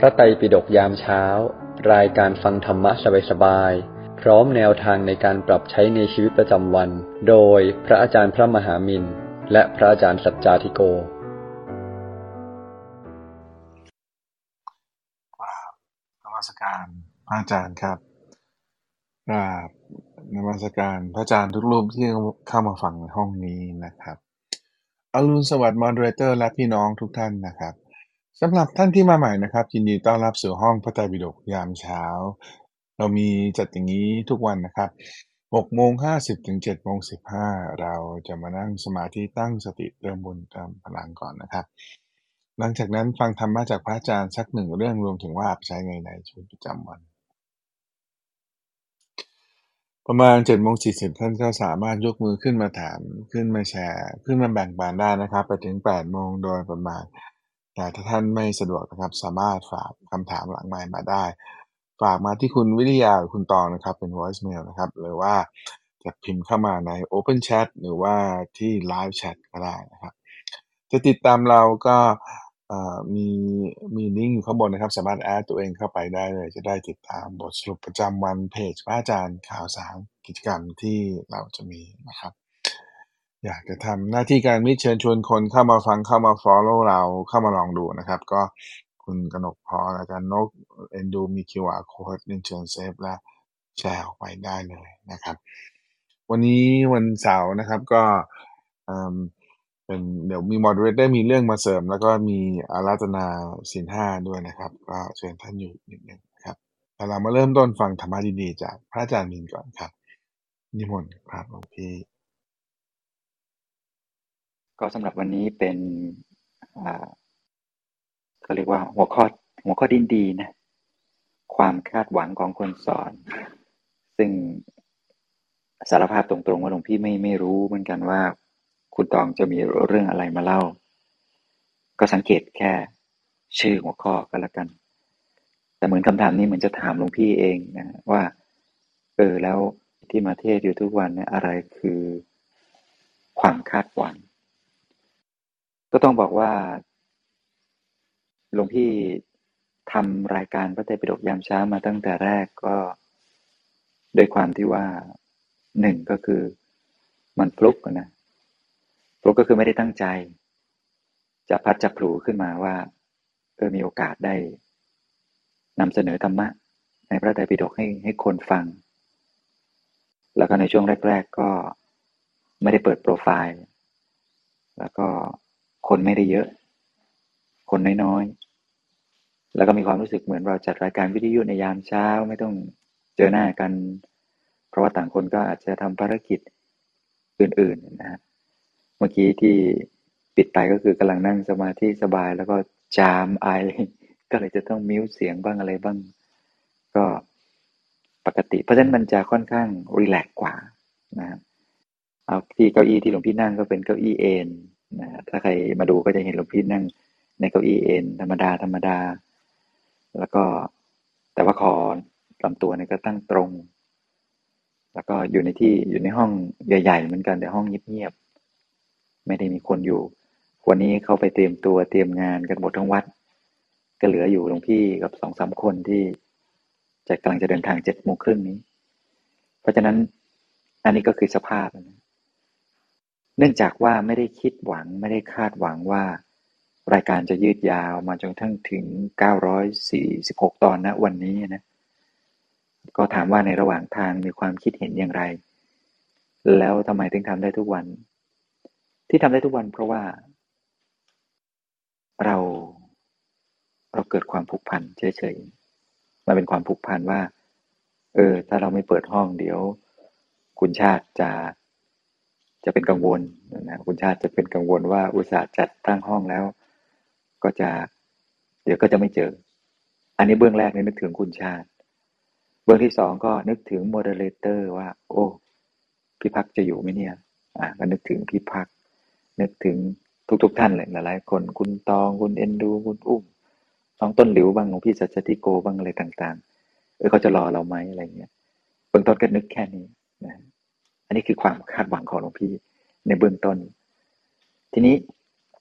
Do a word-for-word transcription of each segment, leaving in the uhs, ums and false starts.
ระไตรปิฎกยามเช้ารายการฟังธรรมะสบายๆพร้อมแนวทางในการปรับใช้ในชีวิตประจำวันโดยพระอาจารย์พระมหามินและพระอาจารย์สัจจาธิโกกราบนมัสการพระอาจารย์ครับกราบนมัสการพระอาจารย์ทุกรูปที่เข้ามาฟังในห้องนี้นะครับอรุณสวัสดิ์มอดเรเตอร์และพี่น้องทุกท่านนะครับสำหรับท่านที่มาใหม่นะครับยินดีต้อนรับสู่ห้องพระไตรปิฎกยามเช้าเรามีจัดอย่างนี้ทุกวันนะครับ หกโมงห้าสิบ ถึง เจ็ดโมงสิบห้า เราจะมานั่งสมาธิตั้งสติเติมบุญเติมพลังก่อนนะครับหลังจากนั้นฟังธรรมะจากพระอาจารย์สักหนึ่งเรื่องรวมถึงว่าใช้ไงในชีวิตประจำวันประมาณ เจ็ดโมงสี่สิบ ท่านก็สามารถยกมือขึ้นมาถามขึ้นมาแชร์ขึ้นมาแบ่งปันได้นะครับไปถึง แปดโมงโดยประมาณแต่ถ้าท่านไม่สะดวกนะครับสามารถฝากคำถามหลังไมค์มาได้ฝากมาที่คุณวิทยาหรือคุณตองนะครับเป็น voice mail นะครับหรือว่าจะพิมพ์เข้ามาใน Open Chat หรือว่าที่ Live Chat ก็ได้นะครับจะติดตามเราก็มีมีลิงก์อยู่ข้างบนนะครับสามารถแอดตัวเองเข้าไปได้เลยจะได้ติดตามบทสรุปประจำวันเพจพระอาจารย์ข่าวสารกิจกรรมที่เราจะมีนะครับอยากจะทำหน้าที่การมิตรเชิญชวนคนเข้ามาฟังเข้ามา follow เราเข้ามาลองดูนะครับก็คุณกนกพรอาจารย์นกเอ็นดูมี คิว อาร์ Code เรียนเชิญเซฟและแชร์ออกไปได้เลยนะครับวันนี้วันเสาร์นะครับก็เป็นเดี๋ยวมี moderator มีเรื่องมาเสริมแล้วก็มีอาราธนาศีลห้าด้วยนะครับก็เชิญท่านอยู่นิดนึงครับแต่เรามาเริ่มต้นฟังธรรมะดีๆจากพระอาจารย์มินก่อนครับนิมนต์ครับหลวงพี่ก็สำหรับวันนี้เป็นอ่าเขาเรียกว่าหัวข้อหัวข้อดินดีนะความคาดหวังของคนสอนซึ่งสารภาพตรงๆว่าหลวงพี่ไม่ไม่รู้เหมือนกันว่าคุณตองจะมีเรื่องอะไรมาเล่าก็สังเกตแค่ชื่อหัวข้อก็แล้วกันแต่เหมือนคำถามนี้เหมือนจะถามหลวงพี่เองนะว่าเออแล้วที่มาเทศอยู่ทุกวันเนี่ยอะไรคือความคาดหวังก็ต้องบอกว่าหลวงพี่ทำรายการพระไตรปิฎกยามเช้ามาตั้งแต่แรกก็โดยความที่ว่าหนึ่งก็คือมันฟลุกนะฟลุกก็คือไม่ได้ตั้งใจจะพัดจะผลูขึ้นมาว่าเออมีโอกาสได้นำเสนอธรรมะในพระไตรปิฎกให้ให้คนฟังแล้วก็ในช่วงแรกๆก็ไม่ได้เปิดโปรไฟล์แล้วก็คนไม่ได้เยอะคนน้อยๆแล้วก็มีความรู้สึกเหมือนเราจัดรายการวิทยุในยามเช้าไม่ต้องเจอหน้ากันเพราะว่าต่างคนก็อาจจะทำภารกิจอื่นๆนะฮะเมื่อกี้ที่ปิดไปก็คือกำลังนั่งสมาธิสบายแล้วก็จามไอก็เลยจะต้องมิวเสียงบ้างอะไรบ้างก็ปกติเพราะฉะนั้นมันจะค่อนข้างรีแลกซ์กว่านะเอาที่เก้าอี้ที่หลวงพี่นั่งก็เป็นเก้าอี้เอนนะถ้าใครมาดูก็จะเห็นหลวงพี่นั่งในเก้าอี้เอนธรรมดาธรรมดาแล้วก็แต่ว่าคอลำตัวเนี่ยก็ตั้งตรงแล้วก็อยู่ในที่อยู่ในห้องใหญ่ๆเหมือนกันแต่ห้องเงียบๆไม่ได้มีคนอยู่วันนี้เขาไปเตรียมตัวเตรียมงานกันหมดทั้งวัดก็เหลืออยู่หลวงพี่กับสองสามคนที่จะกำลังจะเดินทางเจ็ดโมงครึ่งนี้เพราะฉะนั้นอันนี้ก็คือสภาพนะเนื่องจากว่าไม่ได้คิดหวังไม่ได้คาดหวังว่ารายการจะยืดยาวมาจนกระทั่งถึงเก้าร้อยสี่สิบหกตอนนะวันนี้นะก็ถามว่าในระหว่างทางมีความคิดเห็นอย่างไรแล้วทำไมถึงทำได้ทุกวันที่ทำได้ทุกวันเพราะว่าเราเราเกิดความผูกพันเฉยๆมันเป็นความผูกพันว่าเออถ้าเราไม่เปิดห้องเดี๋ยวคุณชาติจะจะเป็นกังวลนะคุณชาติจะเป็นกังวลว่าอุตส่าห์จัดตั้งห้องแล้วก็จะเดี๋ยวก็จะไม่เจออันนี้เบื้องแรกเนี่ยนึกถึงคุณชาติเบื้องที่สองก็นึกถึงโมเดเลเตอร์ว่าโอ้พี่พักจะอยู่ไหมเนี่ยอ่ะก็นึกถึงพี่พักนึกถึงทุกๆท่านเลยหลายๆคนคุณตองคุณเอ็นดูคุณอุ้มน้องต้นหลิวบ้างของพี่สัจติโกบ้างอะไรต่างๆเออเขาจะรอเราไหมอะไรเงี้ยเบื้องต้นก็นึกแค่นี้นะอันนี้คือความคาดหวังของหลวงพี่ในเบื้องต้นทีนี้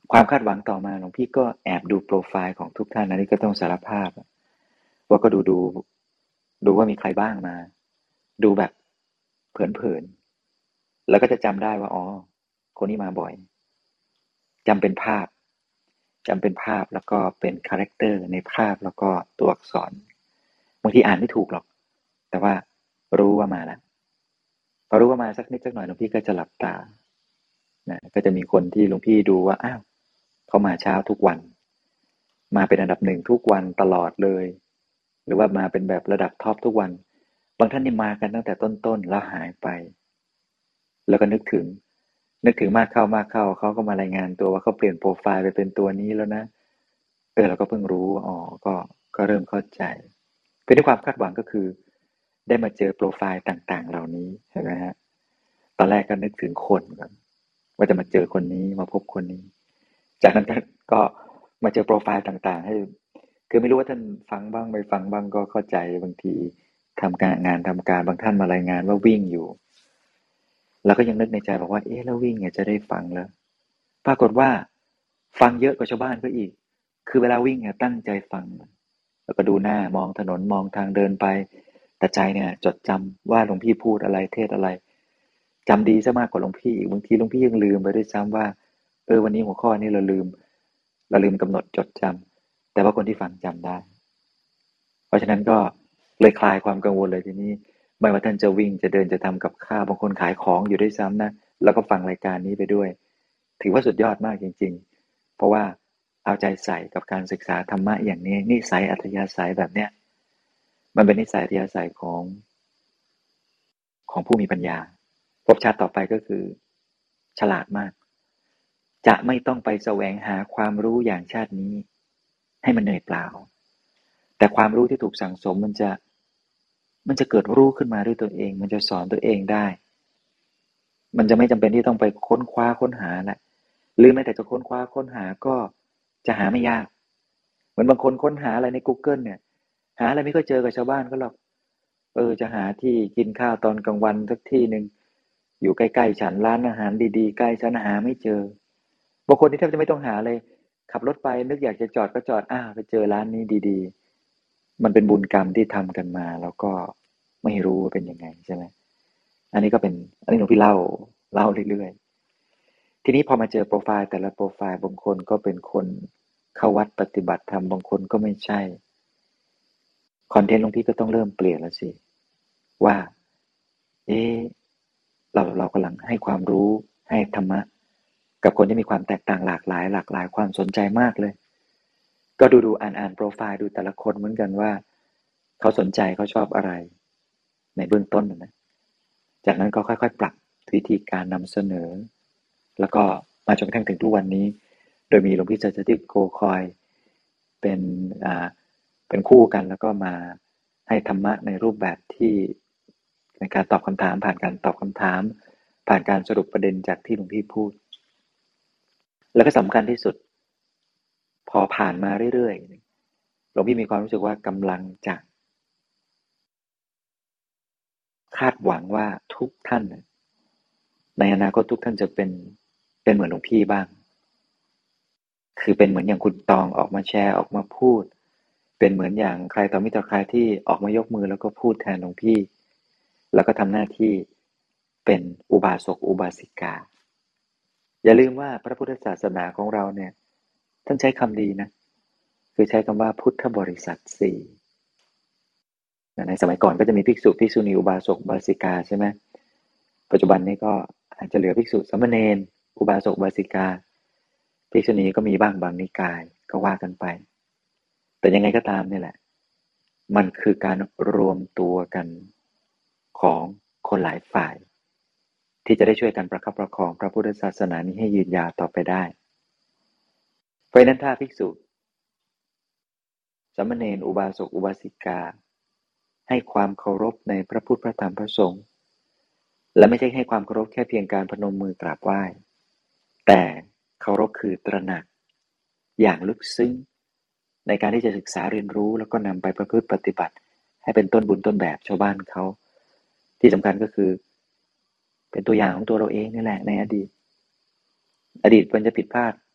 ความคาดหวังต่อมาหลวงพี่ก็แอบดูโปรไฟล์ของทุกท่านอันนี้ก็ต้องสารภาพว่าก็ดูดูดูว่ามีใครบ้างมาดูแบบเผินๆแล้วก็จะจำได้ว่าอ๋อคนนี้มาบ่อยจำเป็นภาพจำเป็นภาพแล้วก็เป็นคาแรคเตอร์ในภาพแล้วก็ตัวอักษรบางทีอ่านไม่ถูกหรอกแต่ว่ารู้ว่ามาแล้วพอรู้ว่ามาสักนิดสักหน่อยหลวงพี่ก็จะหลับตานะก็จะมีคนที่หลวงพี่ดูว่าอ้าวเขามาเช้าทุกวันมาเป็นอันดับหนึ่งทุกวันตลอดเลยหรือว่ามาเป็นแบบระดับท็อปทุกวันบางท่านนี่มากันตั้งแต่ต้นๆแล้วหายไปแล้วก็นึกถึงนึกถึงมากเข้ามากเข้าเขาก็มารายงานตัวว่าเขาเปลี่ยนโปรไฟล์ไปเป็นตัวนี้แล้วนะเออเราก็เพิ่งรู้อ๋อก็ก็เริ่มเข้าใจเป็นด้วยความคาดหวังก็คือได้มาเจอโปรไฟล์ต่างๆเหล่านี้เห็นไหมฮะตอนแรกก็นึกถึงคนก่อนว่าจะมาเจอคนนี้มาพบคนนี้จากนั้นก็มาเจอโปรไฟล์ต่างๆให้คือไม่รู้ว่าท่านฟังบ้างไม่ฟังบ้างก็เข้าใจบางทีทำการงานทำการบางท่านมารายงานว่าวิ่งอยู่แล้วก็ยังนึกในใจบอกว่าเอ๊ะแล้ววิ่งเนี่ยจะได้ฟังแล้วปรากฏว่าฟังเยอะกว่าชาวบ้านก็อีกคือเวลาวิ่งเนี่ยตั้งใจฟังแล้วก็ดูหน้ามองถนนมองทางเดินไปแต่ใจเนี่ยจดจำว่าหลวงพี่พูดอะไรเทศอะไรจำดีซะมากกว่าหลวงพี่อีกบางทีหลวงพี่ยังลืมไปด้วยซ้ำว่าเออวันนี้หัวข้อนี้เราลืมเราลืมกำหนดจดจำแต่ว่าคนที่ฟังจำได้เพราะฉะนั้นก็เลยคลายความกังวลเลยทีนี้ไม่ว่าท่านจะวิ่งจะเดินจะทำกับข้าวบางคนขายของอยู่ด้วยซ้ำนะแล้วก็ฟังรายการนี้ไปด้วยถือว่าสุดยอดมากจริงๆเพราะว่าเอาใจใส่กับการศึกษาธรรมะอย่างนี้นิสัยอัธยาศัยแบบเนี้ยมันเป็นนิสัยอัธยาศัยของของผู้มีปัญญาภพชาติต่อไปก็คือฉลาดมากจะไม่ต้องไปแสวงหาความรู้อย่างชาตินี้ให้มันเหนื่อยเปล่าแต่ความรู้ที่ถูกสั่งสมมันจะมันจะเกิดรู้ขึ้นมาด้วยตัวเองมันจะสอนตัวเองได้มันจะไม่จำเป็นที่ต้องไปค้นคว้าค้นหาแหละหรือแม้แต่จะค้นคว้าค้นหาก็จะหาไม่ยากเหมือนบางคนค้นหาอะไรใน Google เนี่ยหาอะไรไม่ค่อยเจอกับชาวบ้านก็หรอกเออจะหาที่กินข้าวตอนกลางวันสักที่หนึ่งอยู่ใกล้ๆฉันร้านอาหารดีๆใกล้ฉันหาไม่เจอบางคนที่แทบจะไม่ต้องหาเลยขับรถไปนึกอยากจะจอดก็จอดอ้าวไปเจอร้านนี้ดีๆมันเป็นบุญกรรมที่ทำกันมาแล้วก็ไม่รู้ว่าเป็นยังไงใช่ไหมอันนี้ก็เป็นอันนี้หลวงพี่เล่าเล่าเรื่อยๆทีนี้พอมาเจอโปรไฟล์แต่ละโปรไฟล์บางคนก็เป็นคนเข้าวัดปฏิบัติธรรมบางคนก็ไม่ใช่คอนเทนต์หลวงพี่ก็ต้องเริ่มเปลี่ยนแล้วสิว่าเอ๊ะเราเรากำลังให้ความรู้ให้ธรรมะกับคนที่มีความแตกต่างหลากหลายหลากหลายความสนใจมากเลยก็ดูดูอ่านอ่านโปรไฟล์ดูแต่ละคนเหมือนกันว่าเขาสนใจเขาชอบอะไรในเบื้องต้นนะจากนั้นก็ค่อยๆปรับวิธีการนำเสนอแล้วก็มาจนกระทั่งถึงทุกวันนี้โดยมีหลวงพี่จัจติโกคอยเป็นอ่าเป็นคู่กันแล้วก็มาให้ธรรมะในรูปแบบที่ในการตอบคำถามผ่านการตอบคำถามผ่านการสรุปประเด็นจากที่หลวงพี่พูดแล้วก็สำคัญที่สุดพอผ่านมาเรื่อยๆหลวงพี่มีความรู้สึกว่ากำลังจะคาดหวังว่าทุกท่านในอนาคตทุกท่านจะเป็นเป็นเหมือนหลวงพี่บ้างคือเป็นเหมือนอย่างคุณตองออกมาแชร์ออกมาพูดเป็นเหมือนอย่างใครต่อมิตรใครที่ออกมายกมือแล้วก็พูดแทนหลวงพี่แล้วก็ทำหน้าที่เป็นอุบาสกอุบาสิกาอย่าลืมว่าพระพุทธศาสนาของเราเนี่ยท่านใช้คำดีนะคือใช้คำว่าพุทธบริษัทสี่ในสมัยก่อนก็จะมีภิกษุภิกษุณีอุบาสกอุบาสิกาใช่ไหมปัจจุบันนี้ก็อาจจะเหลือภิกษุสามเณรอุบาสกอุบาสิกาภิกษุณีก็มีบ้างบางนิกายก็ว่ากันไปแต่ยังไงก็ตามนี่แหละมันคือการรวมตัวกันของคนหลายฝ่ายที่จะได้ช่วยกันประคับประคองพระพุทธศาสนานี้ให้ยืนยาวต่อไปได้เพราะนั้นถ้าภิกษุสามเณรอุบาสกอุบาสิกาให้ความเคารพในพระพุทธพระธรรมพระสงฆ์และไม่ใช่ให้ความเคารพแค่เพียงการพนมมือกราบไหว้แต่เคารพคือตระหนักอย่างลึกซึ้งในการที่จะศึกษาเรียนรู้แล้วก็นำไปประพฤติปฏิบัติให้เป็นต้นบุญต้นแบบชาวบ้านเขาที่สำคัญก็คือเป็นตัวอย่างของตัวเราเองนี่แหละในอดีตอดีตมันจะผิดพลาดท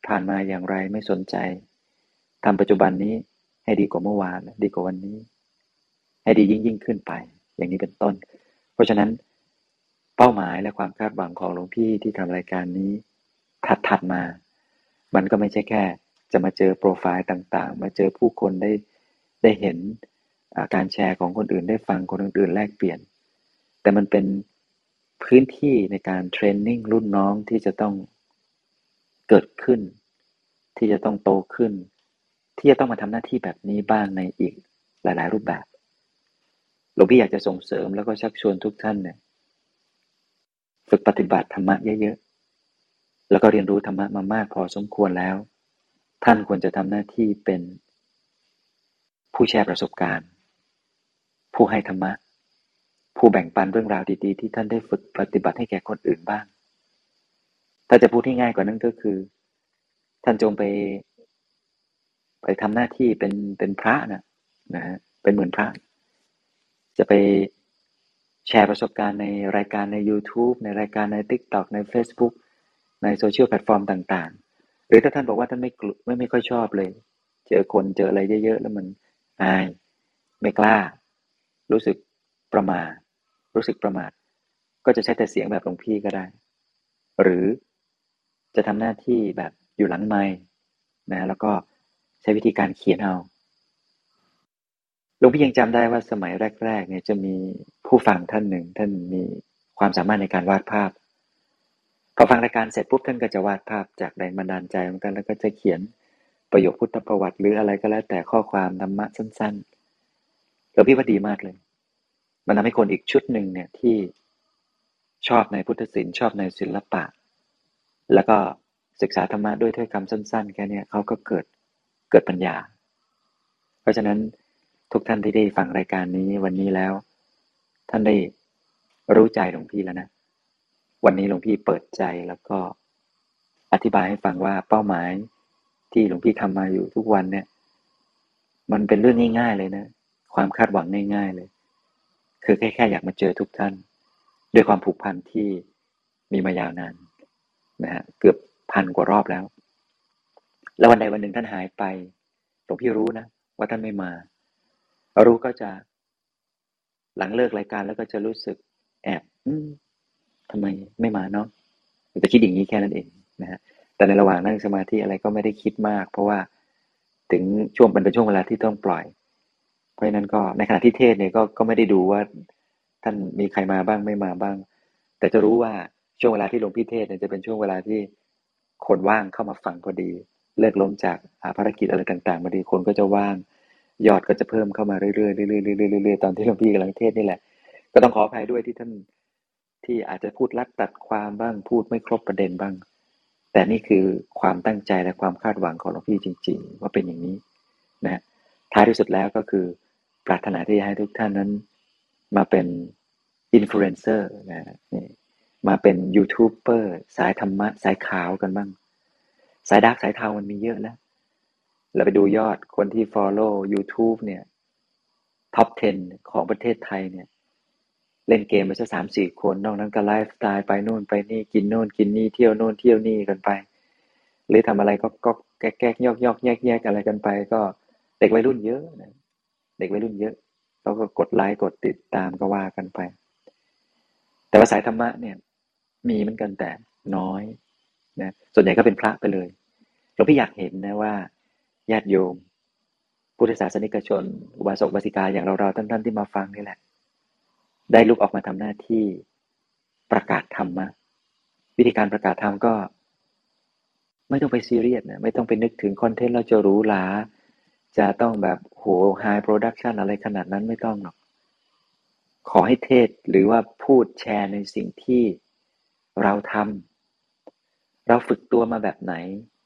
ผ่านมาอย่างไรไม่สนใจทำปัจจุบันนี้ให้ดีกว่าเมื่อวานดีกว่าวันนี้ให้ดียิ่งยิ่งขึ้นไปอย่างนี้เป็นต้นเพราะฉะนั้นเป้าหมายและความคาดหวังของหลวงพี่ที่ทำรายการนี้ถัดๆมามันก็ไม่ใช่แค่จะมาเจอโปรไฟล์ต่างๆมาเจอผู้คนได้ได้เห็นการแชร์ของคนอื่นได้ฟังคนอื่นๆแลกเปลี่ยนแต่มันเป็นพื้นที่ในการเทรนนิ่งรุ่นน้องที่จะต้องเกิดขึ้นที่จะต้องโตขึ้นที่จะต้องมาทำหน้าที่แบบนี้บ้างในอีกหลายๆรูปแบบหลวงพี่อยากจะส่งเสริมแล้วก็ชักชวนทุกท่านเนี่ยฝึกปฏิบัติธรรมะเยอะๆแล้วก็เรียนรู้ธรรมะมามากพอสมควรแล้วท่านควรจะทำหน้าที่เป็นผู้แชร์ประสบการณ์ผู้ให้ธรรมะผู้แบ่งปันเรื่องราวดีๆที่ท่านได้ฝึกปฏิบัติให้แก่คนอื่นบ้างถ้าจะพูดที่ง่ายกว่านั้นก็คือท่านจงไปไปทำหน้าที่เป็นเป็นพระนะนะฮะเป็นเหมือนพระจะไปแชร์ประสบการณ์ในรายการใน YouTube ในรายการใน TikTok ใน Facebook ในโซเชียลแพลตฟอร์มต่างๆหรือถ้าท่านบอกว่าท่านไม่ไม่ไม่ค่อยชอบเลยเจอคนเจออะไรเยอะๆแล้วมันอายไม่กล้ารู้สึกประหม่ารู้สึกประมาทก็จะใช้แต่เสียงแบบหลวงพี่ก็ได้หรือจะทำหน้าที่แบบอยู่หลังไมค์นะแล้วก็ใช้วิธีการเขียนเอาหลวงพี่ยังจำได้ว่าสมัยแรกๆเนี่ยจะมีผู้ฟังท่านหนึ่งท่านมีความสามารถในการวาดภาพพอฟังรายการเสร็จปุ๊บท่านก็จะวาดภาพจากแรงบันดาลใจของท่านแล้วก็จะเขียนประโยคพุทธประวัติหรืออะไรก็แล้วแต่ข้อความธรรมะสั้นๆหลวงพี่ว่าดีมากเลยมันทำให้คนอีกชุดหนึ่งเนี่ยที่ชอบในพุทธศิลป์ชอบในศิลปะแล้วก็ศึกษาธรรมะด้วยถ้อยคำสั้นๆแค่นี้เขาก็เกิดเกิดปัญญาเพราะฉะนั้นทุกท่านที่ได้ฟังรายการนี้วันนี้แล้วท่านได้รู้ใจหลวงพี่แล้วนะวันนี้หลวงพี่เปิดใจแล้วก็อธิบายให้ฟังว่าเป้าหมายที่หลวงพี่ทำมาอยู่ทุกวันเนี่ยมันเป็นเรื่องง่ายๆเลยนะความคาดหวังง่ายๆเลยคือแค่แค่อยากมาเจอทุกท่านด้วยความผูกพันที่มีมายาวนานนะฮะเกือบพันกว่ารอบแล้วแล้ววันใดวันหนึ่งท่านหายไปหลวงพี่รู้นะว่าท่านไม่มารู้ก็จะหลังเลิกรายการแล้วก็จะรู้สึกแอบอืมทำไมไม่มาเนาะจะคิดอย่างนี้แค่นั้นเองนะฮะแต่ในระหว่างนั่งสมาธิอะไรก็ไม่ได้คิดมากเพราะว่าถึงช่วงมันเป็นช่วงเวลาที่ต้องปล่อยเพราะฉะนั้นก็ในขณะที่เทศเนี่ยก็ก็ไม่ได้ดูว่าท่านมีใครมาบ้างไม่มาบ้างแต่จะรู้ว่าช่วงเวลาที่หลวงพี่เทศเนี่ยจะเป็นช่วงเวลาที่คนว่างเข้ามาฟังพอดีเลิกล้มจากภารกิจอะไรต่างๆพอดีคนก็จะว่างยอดก็จะเพิ่มเข้ามาเรื่อยๆเรื่อยๆเรื่อยๆตอนที่หลวงพี่กำลังเทศนี่แหละก็ต้องขออภัยด้วยที่ท่านที่อาจจะพูดลัดตัดความบ้างพูดไม่ครบประเด็นบ้างแต่นี่คือความตั้งใจและความคาดหวังของหลวงพี่จริงๆว่าเป็นอย่างนี้นะท้ายที่สุดแล้วก็คือปรารถนาที่จะให้ทุกท่านนั้นมาเป็นอินฟลูเอนเซอร์นะนี่มาเป็นยูทูบเบอร์สายธรรมะสายขาวกันบ้างสายดาร์กสายเทามันมีเยอะแล้วเราไปดูยอดคนที่ follow YouTube เนี่ยท็อปสิบของประเทศไทยเนี่ยเล่นเกมไปสักสามสี่คนนอกนั้นก็ไลฟ์สไตล์ไปนู่นไปนี่กินนู่นกินนี่เที่ยวนู่นเที่ยวนี่กันไปหรือทำอะไรก็ก็แก๊กแก๊กยอกยอกแยกแยกอะไรกันไปก็เด็กวัยรุ่นเยอะนะเด็กวัยรุ่นเยอะเขาก็กดไลค์กดติดตามก็ว่ากันไปแต่ว่าสายธรรมะเนี่ยมีเหมือนกันแต่น้อยนะส่วนใหญ่ก็เป็นพระไปเลยหลวงพี่อยากเห็นนะว่าญาติโยมพุทธศาสนิกชนอุบาสกอุบาสิกาอย่างเราๆท่านๆที่มาฟังนี่แหละได้ลุกออกมาทำหน้าที่ประกาศธรรมะวิธีการประกาศธรรมก็ไม่ต้องไปซีเรียสนะไม่ต้องไปนึกถึงคอนเทนต์เราจะหรูหราจะต้องแบบโหไฮโปรดักชันอะไรขนาดนั้นไม่ต้องหรอกขอให้เทศหรือว่าพูดแชร์ในสิ่งที่เราทำเราฝึกตัวมาแบบไหน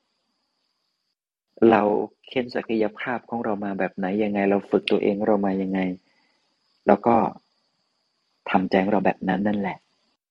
เราเค้นศักยภาพของเรามาแบบไหนยังไงเราฝึกตัวเองเรามายังไงแล้วก็ทำใจของเราแบบนั้นนั่นแหละ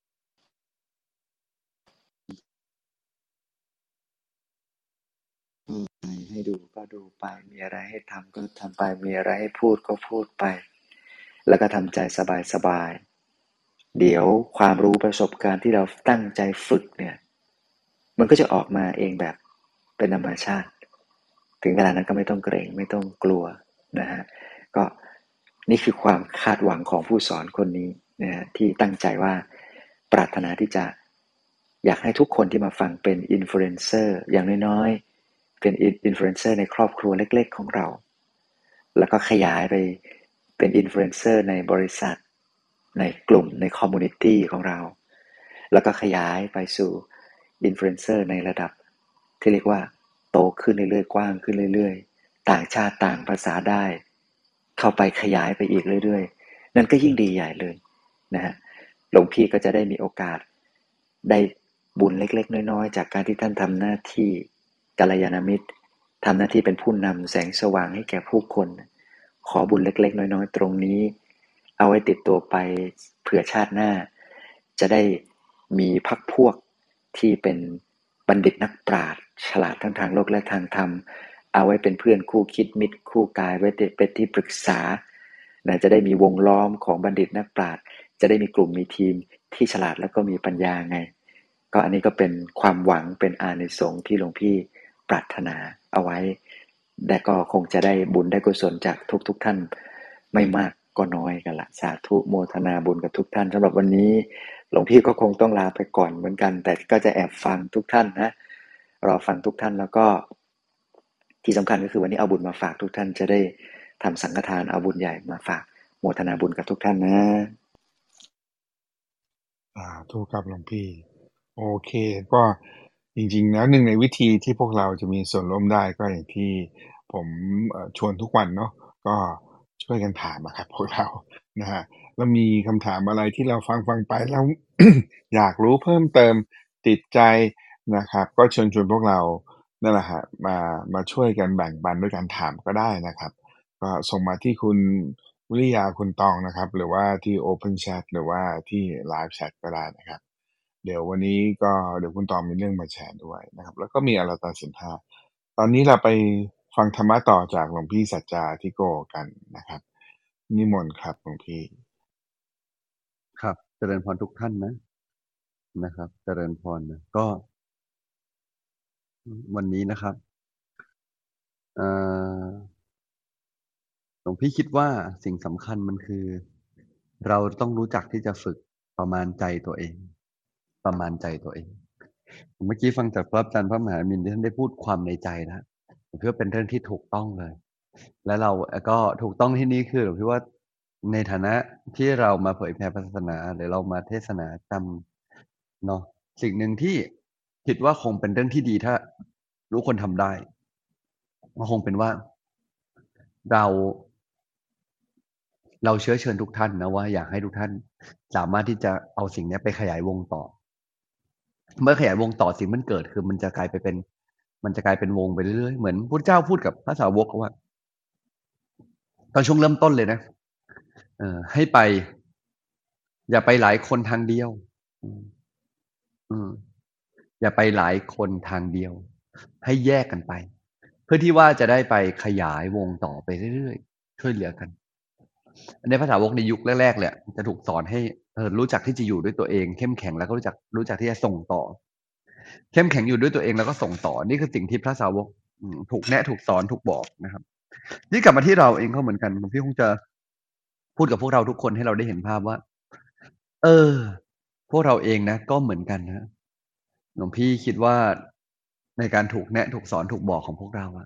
ให้ดูก็ดูไปมีอะไรให้ทำก็ทำไปมีอะไรให้พูดก็พูดไปแล้วก็ทำใจสบายๆเดี๋ยวความรู้ประสบการณ์ที่เราตั้งใจฝึกเนี่ยมันก็จะออกมาเองแบบเป็นธรรมชาติถึงเวลานั้นก็ไม่ต้องเกรงไม่ต้องกลัวนะฮะก็นี่คือความคาดหวังของผู้สอนคนนี้นะฮะที่ตั้งใจว่าปรารถนาที่จะอยากให้ทุกคนที่มาฟังเป็นอินฟลูเอนเซอร์อย่างน้อยๆเป็นอินฟลูเอนเซอร์ในครอบครัวเล็กๆของเราแล้วก็ขยายไปเป็นอินฟลูเอนเซอร์ในบริษัทในกลุ่มในคอมมูนิตี้ของเราแล้วก็ขยายไปสู่อินฟลูเอนเซอร์ในระดับที่เรียกว่าโตขึ้นเรื่อยๆกว้างขึ้นเรื่อยๆต่างชาติต่างภาษาได้เข้าไปขยายไปอีกเรื่อยๆนั่นก็ยิ่งดีใหญ่เลยนะฮะหลวงพี่ก็จะได้มีโอกาสได้บุญเล็กๆน้อยๆจากการที่ท่านทำหน้าที่กัลยาณมิตรทำหน้าที่เป็นผู้นำแสงสว่างให้แก่ผู้คนขอบุญเล็กๆน้อยๆตรงนี้เอาไว้ติดตัวไปเผื่อชาติหน้าจะได้มีพรรคพวกที่เป็นบัณฑิตนักปราชญ์ฉลาดทั้งทางโลกและทางธรรมเอาไว้เป็นเพื่อนคู่คิดมิตรคู่กายไว้เป็นที่ปรึกษานะจะได้มีวงล้อมของบัณฑิตนักปราชญ์จะได้มีกลุ่มมีทีมที่ฉลาดแล้วก็มีปัญญาไงก็อันนี้ก็เป็นความหวังเป็นอานิสงส์ที่หลวงพี่ปรารถนาเอาไว้แต่ก็คงจะได้บุญได้กุศลจากทุกๆท่านไม่มากก็น้อยกันละสาธุโมทนาบุญกับทุกท่านสำหรับวันนี้หลวงพี่ก็คงต้องลาไปก่อนเหมือนกันแต่ก็จะแอบฟังทุกท่านนะรอฟังทุกท่านแล้วก็ที่สำคัญก็คือวันนี้เอาบุญมาฝากทุกท่านจะได้ทำสังฆทานเอาบุญใหญ่มาฝากโมทนาบุญกับทุกท่านนะอ่าถูกครับหลวงพี่โอเคก็จริงๆแล้วหนึ่งในวิธีที่พวกเราจะมีส่วนร่วมได้ก็อย่างที่ผมเอ่อชวนทุกวันเนาะก็ช่วยกันถามอะครับพวกเรานะฮะแล้วมีคำถามอะไรที่เราฟังๆไปแล้ว อยากรู้เพิ่มเติมติดใจนะครับก็เชิญชวนพวกเรานั่นแหละครับมามาช่วยกันแบ่งปันด้วยการถามก็ได้นะครับก็ส่งมาที่คุณวิริยาคุณตองนะครับหรือว่าที่ Open Chat หรือว่าที่ Live Chat ก็ได้นะครับเดี๋ยววันนี้ก็เดี๋ยวคุณตองมีเรื่องมาแชร์ด้วยนะครับแล้วก็มีอรตสินห้าตอนนี้เราไปฟังธรรมะต่อจากหลวงพี่สัจจาธิโกกันนะครับนิมนต์ครับหลวงพี่ครับเจริญพรทุกท่านนะนะครับเจริญพรนะก็วันนี้นะครับเอ่อหลวงพี่คิดว่าสิ่งสำคัญมันคือ เราต้องรู้จักที่จะฝึกประมาณใจตัวเองประมาณใจตัวเองเมื่อกี้ฟังจากพระอาจารย์พระมหามินที่ท่านได้พูดความในใจนะผมคิดว่าเป็นเรื่องที่ถูกต้องเลยและเราก็ถูกต้องที่นี้คือผมคิดว่าในฐานะที่เรามาเผยแผ่ศาสนาหรือเรามาเทศนาธรรมเนาะสิ่งหนึ่งที่คิดว่าคงเป็นเรื่องที่ดีถ้ารู้คนทำได้ก็คงเป็นว่าเราเราเชื้อเชิญทุกท่านนะว่าอยากให้ทุกท่านสามารถที่จะเอาสิ่งนี้ไปขยายวงต่อเมื่อขยายวงต่อสิ่งมันเกิดคือมันจะกลายไปเป็นมันจะกลายเป็นวงไปเรื่อยๆเหมือนพุทธเจ้าพูดกับพระสาวกว่าตอนช่วงเริ่มต้นเลยนะเออให้ไปอย่าไปหลายคนทางเดียวอืมอืมอย่าไปหลายคนทางเดียวให้แยกกันไปเพื่อที่ว่าจะได้ไปขยายวงต่อไปเรื่อยๆช่วยเหลือกันในภาษาวกในยุคแรกๆเลยจะถูกสอนให้เออรู้จักที่จะอยู่ด้วยตัวเองเข้มแข็งแล้วก็รู้จักรู้จักที่จะส่งต่อเข้มแข็งอยู่ด้วยตัวเองแล้วก็ส่งต่อนี่คือสิ่งที่พระสาวกถูกแนะถูกสอนถูกบอกนะครับนี่กลับมาที่เราเองก็เหมือนกันพี่คงจะพูดกับพวกเราทุกคนให้เราได้เห็นภาพว่าเออพวกเราเองนะก็เหมือนกันนะหลวงพี่คิดว่าในการถูกแนะถูกสอนถูกบอกของพวกเราอะ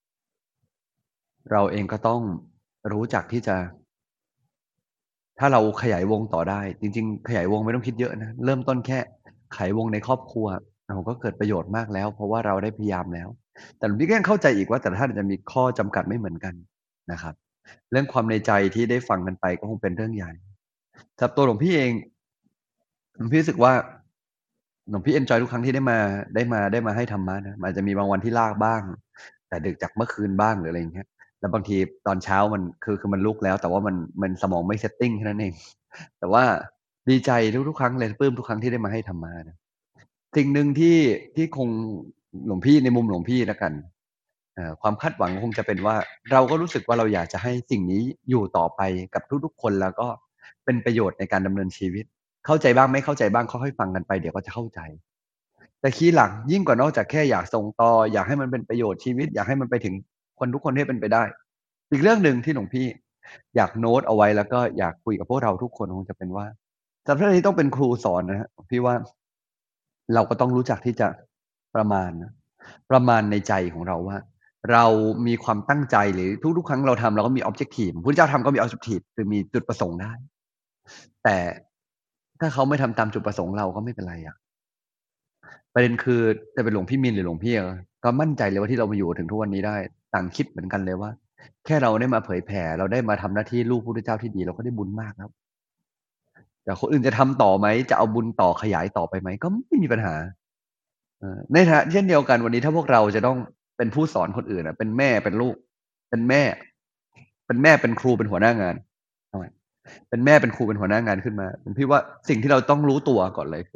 เราเองก็ต้องรู้จักที่จะถ้าเราขยายวงต่อได้จริงๆขยายวงไม่ต้องคิดเยอะนะเริ่มต้นแค่ขยายวงในครอบครัวเราก็เกิดประโยชน์มากแล้วเพราะว่าเราได้พยายามแล้วแต่หลวงพี่ก็ยังเข้าใจอีกว่าแต่ละท่านจะมีข้อจำกัดไม่เหมือนกันนะครับเรื่องความในใจที่ได้ฟังกันไปก็คงเป็นเรื่องใหญ่สำหรับตัวหลวงพี่เองหลวงพี่รู้สึกว่าหลวงพี่เอนจอยทุกครั้งที่ได้มาได้มาได้มาให้ธรรมะนะมันอาจจะมีบางวันที่ลากบ้างแต่ดึกจากเมื่อคืนบ้างหรืออะไรอย่างเงี้ยแล้วบางทีตอนเช้ามันคือคือมันลุกแล้วแต่ว่ามันมันสมองไม่เซตติ้งแค่นั้นเองแต่ว่าดีใจทุกๆครั้งเลยปลื้มทุกครั้งที่ได้มาให้ธรรมะนะสิ่งหนึ่งที่ที่คงหลวงพี่ในมุมหลวงพี่แล้วกันเอ่อความคาดหวังคงจะเป็นว่าเราก็รู้สึกว่าเราอยากจะให้สิ่งนี้อยู่ต่อไปกับทุกๆคนแล้วก็เป็นประโยชน์ในการดำเนินชีวิตเข้าใจบ้างไม่เข้าใจบ้างค่อยๆฟังกันไปเดี๋ยวก็จะเข้าใจแต่คีย์หลักยิ่งกว่านอกจากแค่อยากส่งต่ออยากให้มันเป็นประโยชน์ชีวิตอยากให้มันไปถึงคนทุกคนให้เป็นไปได้อีกเรื่องหนึ่งที่หลวงพี่อยากโน้ตเอาไว้แล้วก็อยากคุยกับพวกเราทุกคนคงจะเป็นว่าสำหรับท่านที่ต้องเป็นครูสอนนะฮะพี่ว่าเราก็ต้องรู้จักที่จะประมาณนะประมาณในใจของเราว่า เรามีความตั้งใจหรือทุกๆครั้งเราทำเราก็มี objective พุทธเจ้าทำก็มี objective คือมีจุดประสงค์ได้ แต่ถ้าเขาไม่ทำตามจุดประสงค์เราก็ไม่เป็นไรอะประเด็นคือจะเป็นหลวงพี่มินหรือหลวงพี่ก็มั่นใจเลยว่าที่เรามาอยู่ถึงทุกวันนี้ได้ต่างคิดเหมือนกันเลยว่า แค่เราได้มาเผยแผ่เราได้มาทำหน้าที่ลูกพระพุทธเจ้าที่ดีเราก็ได้บุญมากแล้วแต่คนอื่นจะทำต่อไหมจะเอาบุญต่อขยายต่อไปไหมก็ไม่มีปัญหาในฐานะเช่นเดียวกันวันนี้ถ้าพวกเราจะต้องเป็นผู้สอนคนอื่นเป็นแม่เป็นลูก เป็นแม่ เป็นแม่เป็นครูเป็นหัวหน้างานเป็นแม่เป็นครูเป็นหัวหน้างานขึ้นมาผมพี่ว่าสิ่งที่เราต้องรู้ตัวก่อนเลยคือ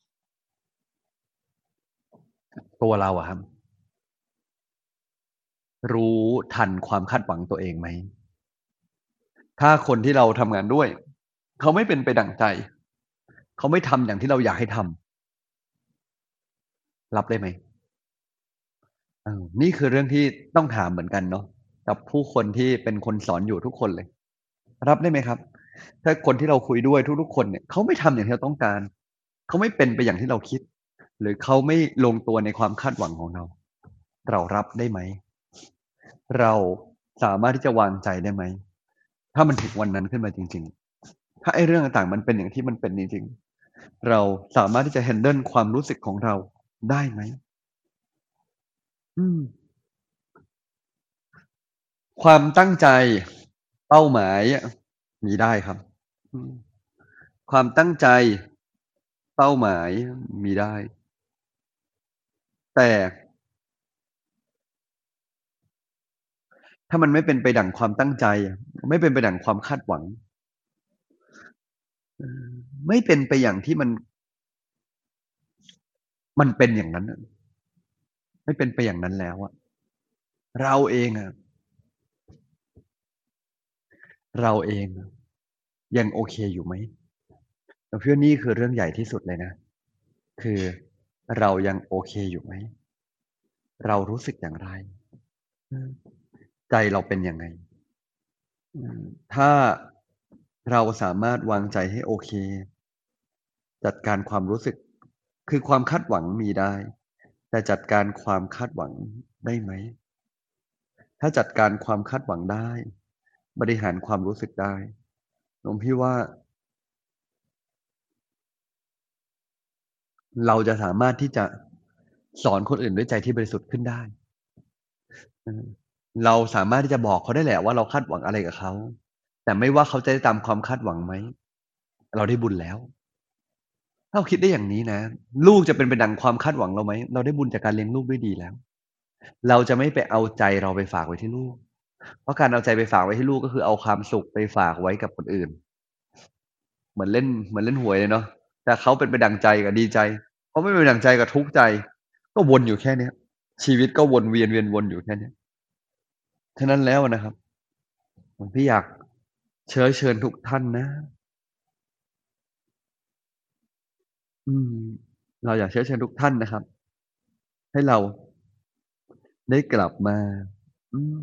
ตัวเราอะครับ รู้ทันความคาดหวังตัวเองไหมถ้าคนที่เราทำงานด้วยเขาไม่เป็นไปดั่งใจเขาไม่ทำอย่างที่เราอยากให้ทำรับได้ไหมนี่คือเรื่องที่ต้องถามเหมือนกันเนาะกับผู้คนที่เป็นคนสอนอยู่ทุกคนเลย รับได้ไหมครับ ถ้าคนที่เราคุยด้วยทุกๆคนเนี่ยเขาไม่ทำอย่างที่เราต้องการเขาไม่เป็นไปอย่างที่เราคิด หรือเขาไม่ลงตัวในความคาดหวังของเรา เรารับได้ไหมเราสามารถที่จะวางใจได้ไหมถ้ามันถึงวันนั้นขึ้นมาจริงๆถ้าไอ้เรื่องต่างๆมันเป็นอย่างที่มันเป็นจริงๆเราสามารถที่จะ handle ความรู้สึกของเราได้ไหมอืมความตั้งใจเป้าหมายมีได้ครับความตั้งใจเป้าหมายมีได้แต่ถ้ามันไม่เป็นไปดั่งความตั้งใจไม่เป็นไปดั่งความคาดหวังไม่เป็นไปอย่างที่มันมันเป็นอย่างนั้นไม่เป็นไปอย่างนั้นแล้วอะเราเองอะเราเองยังโอเคอยู่ไหมเพื่อนนี่คือเรื่องใหญ่ที่สุดเลยนะคือเรายังโอเคอยู่ไหมเรารู้สึกอย่างไรใจเราเป็นยังไงถ้าเราสามารถวางใจให้โอเคจัดการความรู้สึกคือความคาดหวังมีได้แต่จัดการความคาดหวังได้ไหมถ้าจัดการความคาดหวังได้บริหารความรู้สึกได้ผมพี่ว่าเราจะสามารถที่จะสอนคนอื่นด้วยใจที่บริสุทธิ์ขึ้นได้เราสามารถที่จะบอกเขาได้แหละว่าเราคาดหวังอะไรกับเขาแต่ไม่ว่าเขาจะได้ตามความคาดหวังไหมเราได้บุญแล้วถ้าเราคิดได้อย่างนี้นะลูกจะเป็นไปดังความคาดหวังเราไหมเราได้บุญจากการเลี้ยงลูกด้วยดีแล้วเราจะไม่ไปเอาใจเราไปฝากไว้ที่ลูกเพราะการเอาใจไปฝากไว้ที่ลูกก็คือเอาความสุขไปฝากไว้กับคนอื่นเหมือนเล่นเหมือนเล่นหวยเลยเนาะแต่เขาเป็นไปดังใจกับดีใจเขาไม่เป็นไปดังใจกับทุกข์ใจก็วนอยู่แค่เนี้ยชีวิตก็วนเวียนเวียนวนอยู่แค่เนี้ยฉะนั้นแล้วนะครับผมพี่อยากเชิญเชิญทุกท่านนะอืมเราอยากเชิญเชิญทุกท่านนะครับให้เราได้กลับมาอืม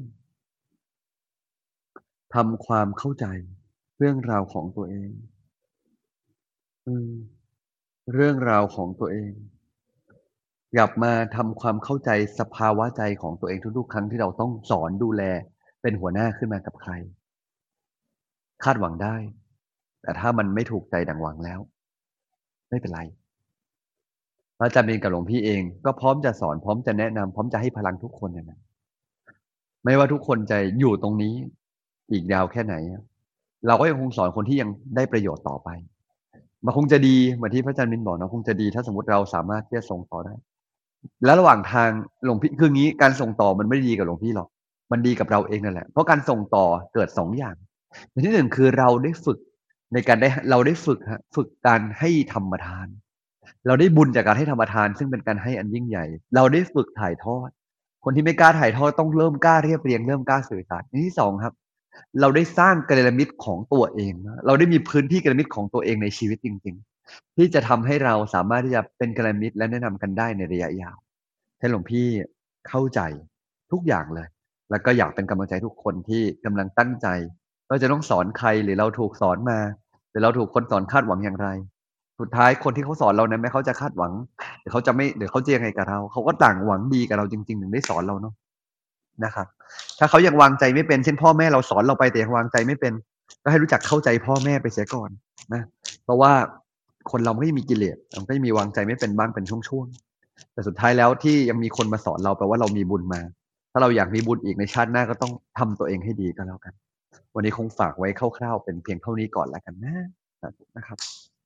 ทำความเข้าใจเรื่องราวของตัวเองอืมเรื่องราวของตัวเองกลับมาทำความเข้าใจสภาวะใจของตัวเองทุกๆครั้งที่เราต้องสอนดูแลเป็นหัวหน้าขึ้นมากับใครคาดหวังได้แต่ถ้ามันไม่ถูกใจดังหวังแล้วไม่เป็นไรพระอาจารย์เองกับหลวงพี่เองก็พร้อมจะสอนพร้อมจะแนะนำพร้อมจะให้พลังทุกคนนะ ไม่ว่าทุกคนจะอยู่ตรงนี้อีกยาวแค่ไหนเราก็ยังคงสอนคนที่ยังได้ประโยชน์ต่อไปมันคงจะดีเหมือนที่พระอาจารย์มินบอกนะคงจะดีถ้าสมมติเราสามารถที่จะส่งต่อได้แล้วระหว่างทางหลวงพี่คืองี้การส่งต่อมันไม่ได้ดีกับหลวงพี่หรอกมันดีกับเราเองนั่นแหละเพราะการส่งต่อเกิดสองอย่างอย่างที่หนึ่งคือเราได้ฝึกในการได้เราได้ฝึกฮะฝึกการให้ธรรมทานเราได้บุญจากการให้ธรรมทานซึ่งเป็นการให้อันยิ่งใหญ่เราได้ฝึกถ่ายทอดคนที่ไม่กล้าถ่ายทอดต้องเริ่มกล้าเรียบเรียงเริ่มกล้าสื่อสารอันที่สองครับเราได้สร้างกัลยาณมิตรของตัวเองเราได้มีพื้นที่กัลยาณมิตรของตัวเองในชีวิตจริงที่จะทำให้เราสามารถที่จะเป็นกัลยาณมิตรและแนะนำกันได้ในระยะยาวให้หลวงพี่เข้าใจทุกอย่างเลยแล้วก็อยากเป็นกำลังใจทุกคนที่กำลังตั้งใจว่าจะต้องสอนใครหรือเราถูกสอนมาหรือเราถูกคนสอนคาดหวังอย่างไรสุดท้ายคนที่เขาสอนเรานั้นแม้เขาจะคาดหวังหรือเขาจะไม่หรือเขาจะยังไงกับเราเขาก็ต่างหวังดีกับเราจริงๆถึงได้สอนเราเนาะนะครับถ้าเขายังวางใจไม่เป็นเช่นพ่อแม่เราสอนเราไปแต่ยังวางใจไม่เป็นก็ให้รู้จักเข้าใจพ่อแม่ไปเสียก่อนนะเพราะว่าคนเราไม่มีกิเลสมันก็มีวางใจไม่เป็นบ้างเป็นช่วงๆแต่สุดท้ายแล้วที่ยังมีคนมาสอนเราแปลว่าเรามีบุญมาถ้าเราอยากมีบุญอีกในชาติหน้าก็ต้องทำตัวเองให้ดีก็แล้วกันวันนี้คงฝากไว้คร่าวๆเป็นเพียงเท่านี้ก่อนแล้วกันนะนะครับ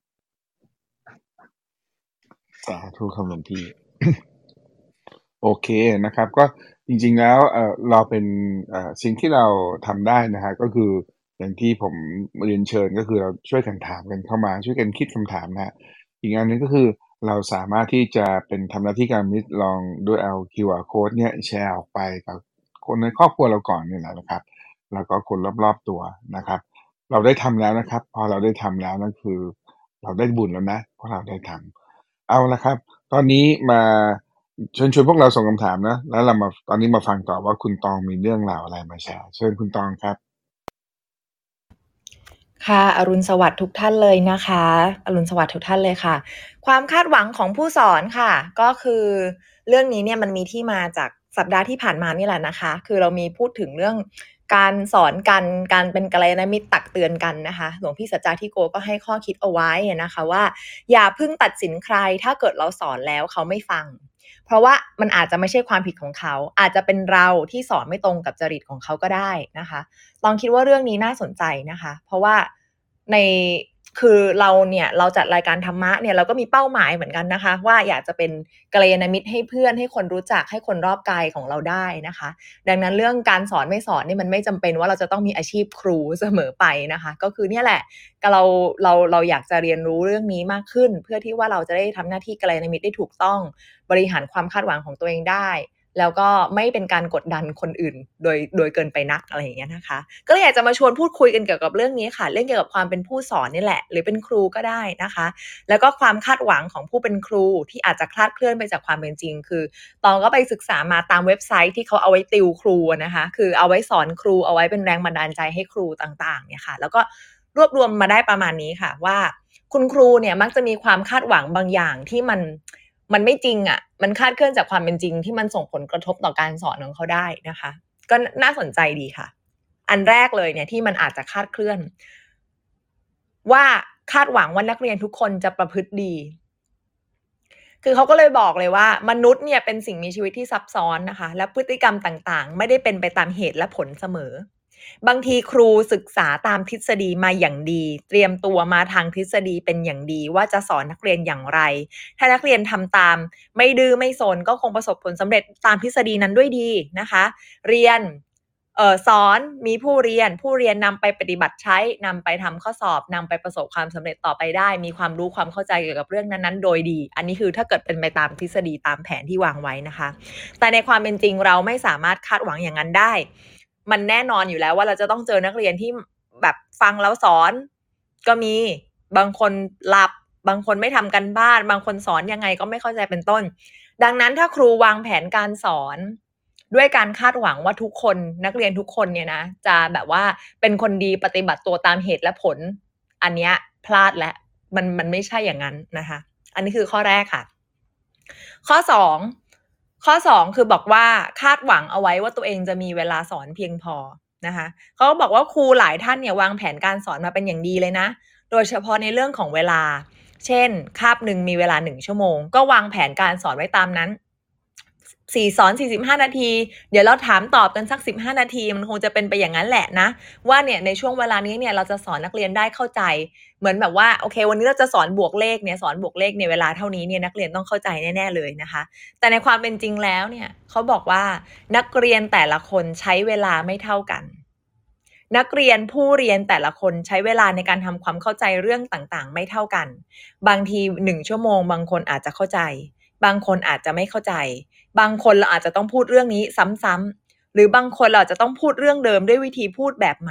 สาธุครับหลวงพี่ โอเคนะครับก็จริงๆแล้วเอ่อเราเป็นเอ่อสิ่งที่เราทำได้นะฮะก็คืออย่างที่ผมเรียนเชิญก็คือเราช่วยกันถามกันเข้ามาช่วยกันคิดคำถามนะฮะอีกอันหนึ่งก็คือเราสามารถที่จะเป็นทำหน้าที่การมิตรลองด้วยเอา คิว อาร์ Code เนี่ยแชร์ออกไปกับคนในครอบครัวเราก่อนเนี่ยแหละนะครับแล้วก็คนรอบๆตัวนะครับเราได้ทำแล้วนะครับพอเราได้ทำแล้วนั่นคือเราได้บุญแล้วนะเพราะเราได้ทำเอาละครับตอนนี้มาเชิญชวนพวกเราส่งคำถามนะแล้วเรามาตอนนี้มาฟังต่อว่าคุณตองมีเรื่องราวอะไรมาแชร์เชิญคุณตองครับค่ะอรุณสวัสดิ์ทุกท่านเลยนะคะอรุณสวัสดิ์ทุกท่านเลยค่ะความคาดหวังของผู้สอนค่ะก็คือเรื่องนี้เนี่ยมันมีที่มาจากสัปดาห์ที่ผ่านมานี่แหละนะคะคือเรามีพูดถึงเรื่องการสอนกันการเป็นกัลยาณมิตรตักเตือนกันนะคะหลวงพี่สัจจาธิโกก็ให้ข้อคิดเอาไว้นะคะว่าอย่าเพิ่งตัดสินใครถ้าเกิดเราสอนแล้วเขาไม่ฟังเพราะว่ามันอาจจะไม่ใช่ความผิดของเขาอาจจะเป็นเราที่สอนไม่ตรงกับจริตของเขาก็ได้นะคะลองคิดว่าเรื่องนี้น่าสนใจนะคะเพราะว่าในคือเราเนี่ยเราจัดรายการธรรมะเนี่ยเราก็มีเป้าหมายเหมือนกันนะคะว่าอยากจะเป็นกัลยาณมิตรให้เพื่อนให้คนรู้จักให้คนรอบกายของเราได้นะคะดังนั้นเรื่องการสอนไม่สอนนี่มันไม่จำเป็นว่าเราจะต้องมีอาชีพครูเสมอไปนะคะก็คือเนี่ยแหละเราเราเราอยากจะเรียนรู้เรื่องนี้มากขึ้นเพื่อที่ว่าเราจะได้ทำหน้าที่กัลยาณมิตรได้ถูกต้องบริหารความคาดหวังของตัวเองได้แล้วก็ไม่เป็นการกดดันคนอื่นโดยโดยเกินไปนักอะไรอย่างเงี้ยนะคะก็เลยอยากจะมาชวนพูดคุยกันเกี่ยวกับเรื่องนี้ค่ะเรื่องเกี่ยวกับความเป็นผู้สอนนี่แหละหรือเป็นครูก็ได้นะคะแล้วก็ความคาดหวังของผู้เป็นครูที่อาจจะคลาดเคลื่อนไปจากความเป็นจริงคือตองก็ไปศึกษามาตามเว็บไซต์ที่เขาเอาไว้ติวครูนะคะคือเอาไว้สอนครูเอาไว้เป็นแรงบันดาลใจให้ครูต่างๆเนี่ยค่ะแล้วก็รวบรวมมาได้ประมาณนี้ค่ะว่าคุณครูเนี่ยมักจะมีความคาดหวังบางอย่างที่มันมันไม่จริงอ่ะมันคลาดเคลื่อนจากความเป็นจริงที่มันส่งผลกระทบต่อการสอนของเขาได้นะคะก็น่าสนใจดีค่ะอันแรกเลยเนี่ยที่มันอาจจะคลาดเคลื่อนว่าคาดหวังว่านักเรียนทุกคนจะประพฤติดีคือเขาก็เลยบอกเลยว่ามนุษย์เนี่ยเป็นสิ่งมีชีวิตที่ซับซ้อนนะคะและพฤติกรรมต่างๆไม่ได้เป็นไปตามเหตุและผลเสมอบางทีครูศึกษาตามทฤษฎีมาอย่างดีเตรียมตัวมาทางทฤษฎีเป็นอย่างดีว่าจะสอนนักเรียนอย่างไรถ้านักเรียนทำตามไม่ดื้อไม่ซนก็คงประสบผลสำเร็จตามทฤษฎีนั้นด้วยดีนะคะเรียนเอ่อสอนมีผู้เรียนผู้เรียนนำไปปฏิบัติใช้นำไปทำข้อสอบนำไปประสบความสำเร็จต่อไปได้มีความรู้ความเข้าใจเกี่ยวกับเรื่องนั้นๆโดยดีอันนี้คือถ้าเกิดเป็นไปตามทฤษฎีตามแผนที่วางไว้นะคะแต่ในความเป็นจริงเราไม่สามารถคาดหวังอย่างนั้นได้มันแน่นอนอยู่แล้วว่าเราจะต้องเจอนักเรียนที่แบบฟังแล้วสอนก็มีบางคนหลับบางคนไม่ทำกันบ้านบางคนสอนยังไงก็ไม่เข้าใจเป็นต้นดังนั้นถ้าครูวางแผนการสอนด้วยการคาดหวังว่าทุกคนนักเรียนทุกคนเนี่ยนะจะแบบว่าเป็นคนดีปฏิบัติตัวตามเหตุและผลอันเนี้ยพลาดแล้วมันมันไม่ใช่อย่างนั้นนะคะอันนี้คือข้อแรกค่ะข้อสองข้อสองคือบอกว่าคาดหวังเอาไว้ว่าตัวเองจะมีเวลาสอนเพียงพอนะคะเขาก็บอกว่าครูหลายท่านเนี่ยวางแผนการสอนมาเป็นอย่างดีเลยนะโดยเฉพาะในเรื่องของเวลาเช่นคาบหนึ่งมีเวลาหนึ่งชั่วโมงก็วางแผนการสอนไว้ตามนั้นสี่สอนสี่สิบห้านาทีเดี๋ยวเราถามตอบกันสักสิบห้านาทีมันคงจะเป็นไปอย่างนั้นแหละนะว่าเนี่ยในช่วงเวลานี้เนี่ยเราจะสอนนักเรียนได้เข้าใจเหมือนแบบว่าโอเควันนี้เราจะสอนบวกเลขเนี่ยสอนบวกเลขในเวลาเท่านี้เนี่ยนักเรียนต้องเข้าใจแน่ๆเลยนะคะแต่ในความเป็นจริงแล้วเนี่ยเขาบอกว่านักเรียนแต่ละคนใช้เวลาไม่เท่ากันนักเรียนผู้เรียนแต่ละคนใช้เวลาในการทำความเข้าใจเรื่องต่างๆไม่เท่ากันบางทีหนึ่งชั่วโมงบางคนอาจจะเข้าใจบางคนอาจจะไม่เข้าใจบางคนเราอาจจะต้องพูดเรื่องนี้ซ้ำๆหรือบางคนเราจะต้องพูดเรื่องเดิมด้วยวิธีพูดแบบใหม่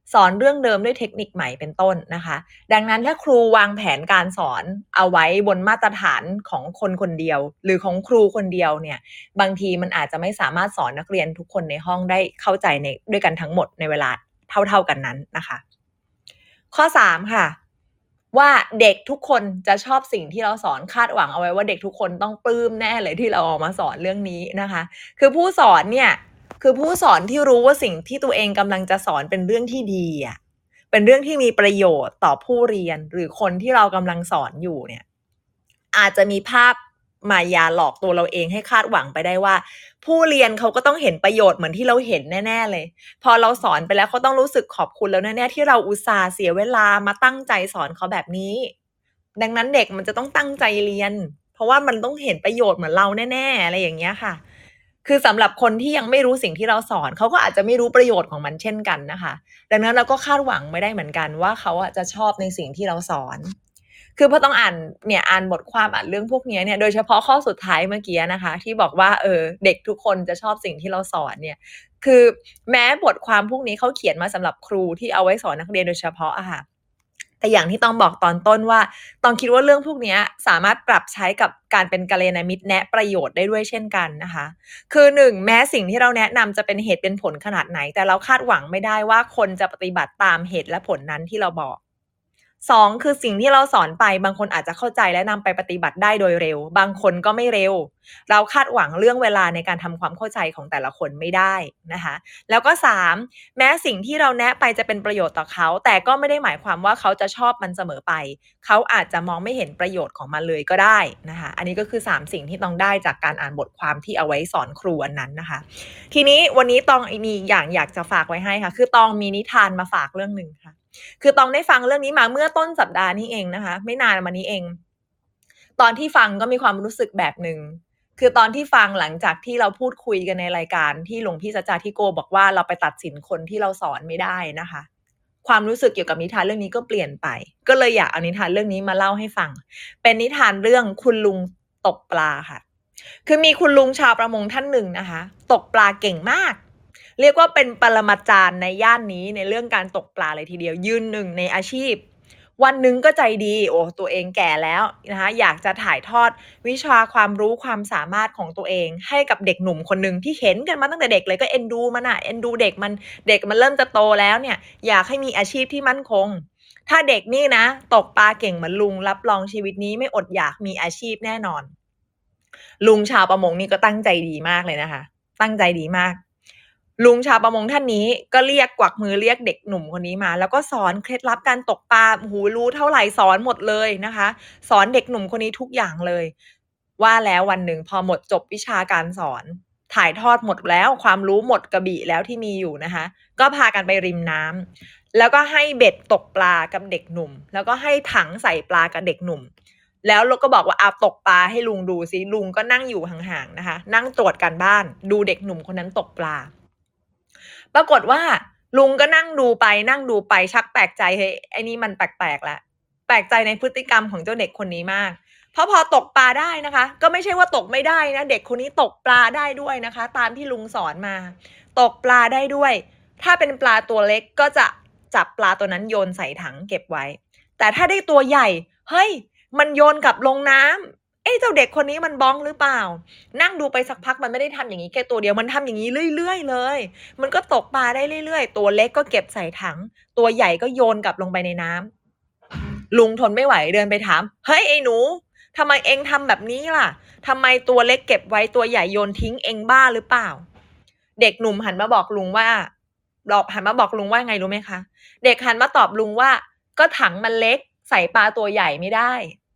สอนเรื่องเดิมด้วยเทคนิคใหม่เป็นต้นนะคะดังนั้นถ้าครูวางแผนการสอนเอาไว้บนมาตรฐานของคนคนเดียวหรือของครูคนเดียวเนี่ยบางทีมันอาจจะไม่สามารถสอนนักเรียนทุกคนในห้องได้เข้าใจในด้วยกันทั้งหมดในเวลาเท่าๆกันนั้นนะคะข้อสามค่ะว่าเด็กทุกคนจะชอบสิ่งที่เราสอนคาดหวังเอาไว้ว่าเด็กทุกคนต้องปลื้มแน่เลยที่เราออกมาสอนเรื่องนี้นะคะคือผู้สอนเนี่ยคือผู้สอนที่รู้ว่าสิ่งที่ตัวเองกำลังจะสอนเป็นเรื่องที่ดีอ่ะเป็นเรื่องที่มีประโยชน์ต่อผู้เรียนหรือคนที่เรากำลังสอนอยู่เนี่ยอาจจะมีภาพมายาหลอกตัวเราเองให้คาดหวังไปได้ว่าผู้เรียนเขาก็ต้องเห็นประโยชน์เหมือนที่เราเห็นแน่ๆเลยพอเราสอนไปแล้วเขาต้องรู้สึกขอบคุณแล้วแน่ๆที่เราอุตส่าห์เสียเวลามาตั้งใจสอนเขาแบบนี้ดังนั้นเด็กมันจะต้องตั้งใจเรียนเพราะว่ามันต้องเห็นประโยชน์เหมือนเราแน่ๆอะไรอย่างเงี้ยค่ะคือสำหรับคนที่ยังไม่รู้สิ่งที่เราสอนเขาก็อาจจะไม่รู้ประโยชน์ของมันเช่นกันนะคะดังนั้นเราก็คาดหวังไม่ได้เหมือนกันว่าเขาจะชอบในสิ่งที่เราสอนคือพอต้องอ่านเนี่ยอ่านบทความอ่านเรื่องพวกนี้เนี่ยโดยเฉพาะข้อสุดท้ายเมื่อกี้นะคะที่บอกว่าเออเด็กทุกคนจะชอบสิ่งที่เราสอนเนี่ยคือแม้บทความพวกนี้เขาเขียนมาสำหรับครูที่เอาไว้สอนนักเรียนโดยเฉพาะอะค่ะแต่อย่างที่ต้องบอกตอนต้นว่าต้องคิดว่าเรื่องพวกนี้สามารถปรับใช้กับการเป็นกัลยาณมิตรแนะประโยชน์ได้ด้วยเช่นกันนะคะคือหนึ่งแม้สิ่งที่เราแนะนำจะเป็นเหตุเป็นผลขนาดไหนแต่เราคาดหวังไม่ได้ว่าคนจะปฏิบัติตามเหตุและผลนั้นที่เราบอกสองคือสิ่งที่เราสอนไปบางคนอาจจะเข้าใจและนำไปปฏิบัติได้โดยเร็วบางคนก็ไม่เร็วเราคาดหวังเรื่องเวลาในการทำความเข้าใจของแต่ละคนไม่ได้นะคะแล้วก็สามแม้สิ่งที่เราแนะไปจะเป็นประโยชน์ต่อเขาแต่ก็ไม่ได้หมายความว่าเขาจะชอบมันเสมอไปเขาอาจจะมองไม่เห็นประโยชน์ของมันเลยก็ได้นะคะอันนี้ก็คือสามสิ่งที่ต้องได้จากการอ่านบทความที่เอาไว้สอนครูอันนั้นนะคะทีนี้วันนี้ตองมีอย่างอยากจะฝากไว้ให้ค่ะคือตองมีนิทานมาฝากเรื่องนึงค่ะคือตองได้ฟังเรื่องนี้มาเมื่อต้นสัปดาห์นี้เองนะคะไม่นานมานี้เองตอนที่ฟังก็มีความรู้สึกแบบนึงคือตอนที่ฟังหลังจากที่เราพูดคุยกันในรายการที่หลวงพี่สัจจาธิโกบอกว่าเราไปตัดสินคนที่เราสอนไม่ได้นะคะความรู้สึกเกี่ยวกับนิทานเรื่องนี้ก็เปลี่ยนไปก็เลยอยากเอานิทานเรื่องนี้มาเล่าให้ฟังเป็นนิทานเรื่องคุณลุงตกปลาค่ะคือมีคุณลุงชาวประมงท่านหนึ่งนะคะตกปลาเก่งมากเรียกว่าเป็นปรมาจารย์ในย่านนี้ในเรื่องการตกปลาเลยทีเดียวยืนหนึ่งในอาชีพวันหนึ่งก็ใจดีโอ้ตัวเองแก่แล้วนะคะอยากจะถ่ายทอดวิชาความรู้ความสามารถของตัวเองให้กับเด็กหนุ่มคนหนึ่งที่เห็นกันมาตั้งแต่เด็กเลยก็เอ็นดูมันอ่ะเอ็นดูเด็กมันเด็กมันเริ่มจะโตแล้วเนี่ยอยากให้มีอาชีพที่มั่นคงถ้าเด็กนี่นะตกปลาเก่งเหมือนลุงรับรองชีวิตนี้ไม่อดอยากมีอาชีพแน่นอนลุงชาวประมงนี่ก็ตั้งใจดีมากเลยนะคะตั้งใจดีมากลุงชาวประมงท่านนี้ก็เรียกกวักมือเรียกเด็กหนุ่มคนนี้มาแล้วก็สอนเคล็ดลับการตกปลาโอ้โหรู้เท่าไหร่สอนหมดเลยนะคะสอนเด็กหนุ่มคนนี้ทุกอย่างเลยว่าแล้ววันหนึ่งพอหมดจบวิชาการสอนถ่ายทอดหมดแล้วความรู้หมดกระบี่แล้วที่มีอยู่นะคะก็พากันไปริมน้ำแล้วก็ให้เบ็ดตกปลากับเด็กหนุ่มแล้วก็ให้ถังใส่ปลากับเด็กหนุ่มแล้วเราก็บอกว่าเอาตกปลาให้ลุงดูซิลุงก็นั่งอยู่ห่างๆนะคะนั่งตรวจการบ้านดูเด็กหนุ่มคนนั้นตกปลาปรากฏว่าลุงก็นั่งดูไปนั่งดูไปชักแปลกใจเฮ้ยไอ้นี่มันแปลกๆแล้วแปลกใจในพฤติกรรมของเจ้าเด็กคนนี้มากเพราะพอตกปลาได้นะคะก็ไม่ใช่ว่าตกไม่ได้นะเด็กคนนี้ตกปลาได้ด้วยนะคะตามที่ลุงสอนมาตกปลาได้ด้วยถ้าเป็นปลาตัวเล็กก็จะจับปลาตัวนั้นโยนใส่ถังเก็บไว้แต่ถ้าได้ตัวใหญ่เฮ้ยมันโยนกลับลงน้ำเอ๊ะเจ้าเด็กคนนี้มันบ้องหรือเปล่านั่งดูไปสักพักมันไม่ได้ทำอย่างนี้แค่ตัวเดียวมันทำอย่างนี้เรื่อยๆเลยมันก็ตกปลาได้เรื่อยๆตัวเล็กก็เก็บใส่ถังตัวใหญ่ก็โยนกลับลงไปในน้ำลุงทนไม่ไหวเดินไปถามเฮ้ยไอ้หนูทำไมเอ็งทำแบบนี้ล่ะทำไมตัวเล็กเก็บไว้ตัวใหญ่โยนทิ้งเอ็งบ้าหรือเปล่าเด็กหนุ่มหันมาบอกลุงว่าบอกหันมาบอกลุงว่าไงรู้ไหมคะเด็กหันมาตอบลุงว่าก็ถังมันเล็กใส่ปลาตัวใหญ่ไม่ได้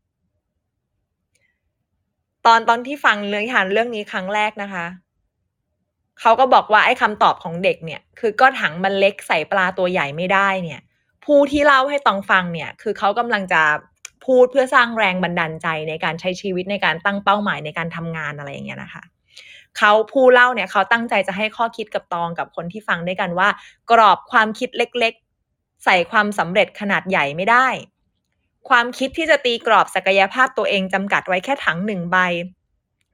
ตอนตอนที่ฟังเรื่องนิทานเรื่องนี้ครั้งแรกนะคะเขาก็บอกว่าไอ้คำตอบของเด็กเนี่ยคือก็ถังมันเล็กใส่ปลาตัวใหญ่ไม่ได้เนี่ยผู้ที่เล่าให้ตองฟังเนี่ยคือเขากำลังจะพูดเพื่อสร้างแรงบันดาลใจในการใช้ชีวิตในการตั้งเป้าหมายในการทำงานอะไรอย่างเงี้ยนะคะเขาผู้เล่าเนี่ยเขาตั้งใจจะให้ข้อคิดกับตองกับคนที่ฟังด้วยกันว่ากรอบความคิดเล็กๆใส่ความสำเร็จขนาดใหญ่ไม่ได้ความคิดที่จะตีกรอบศักยภาพตัวเองจำกัดไว้แค่ถังหนึ่งใบ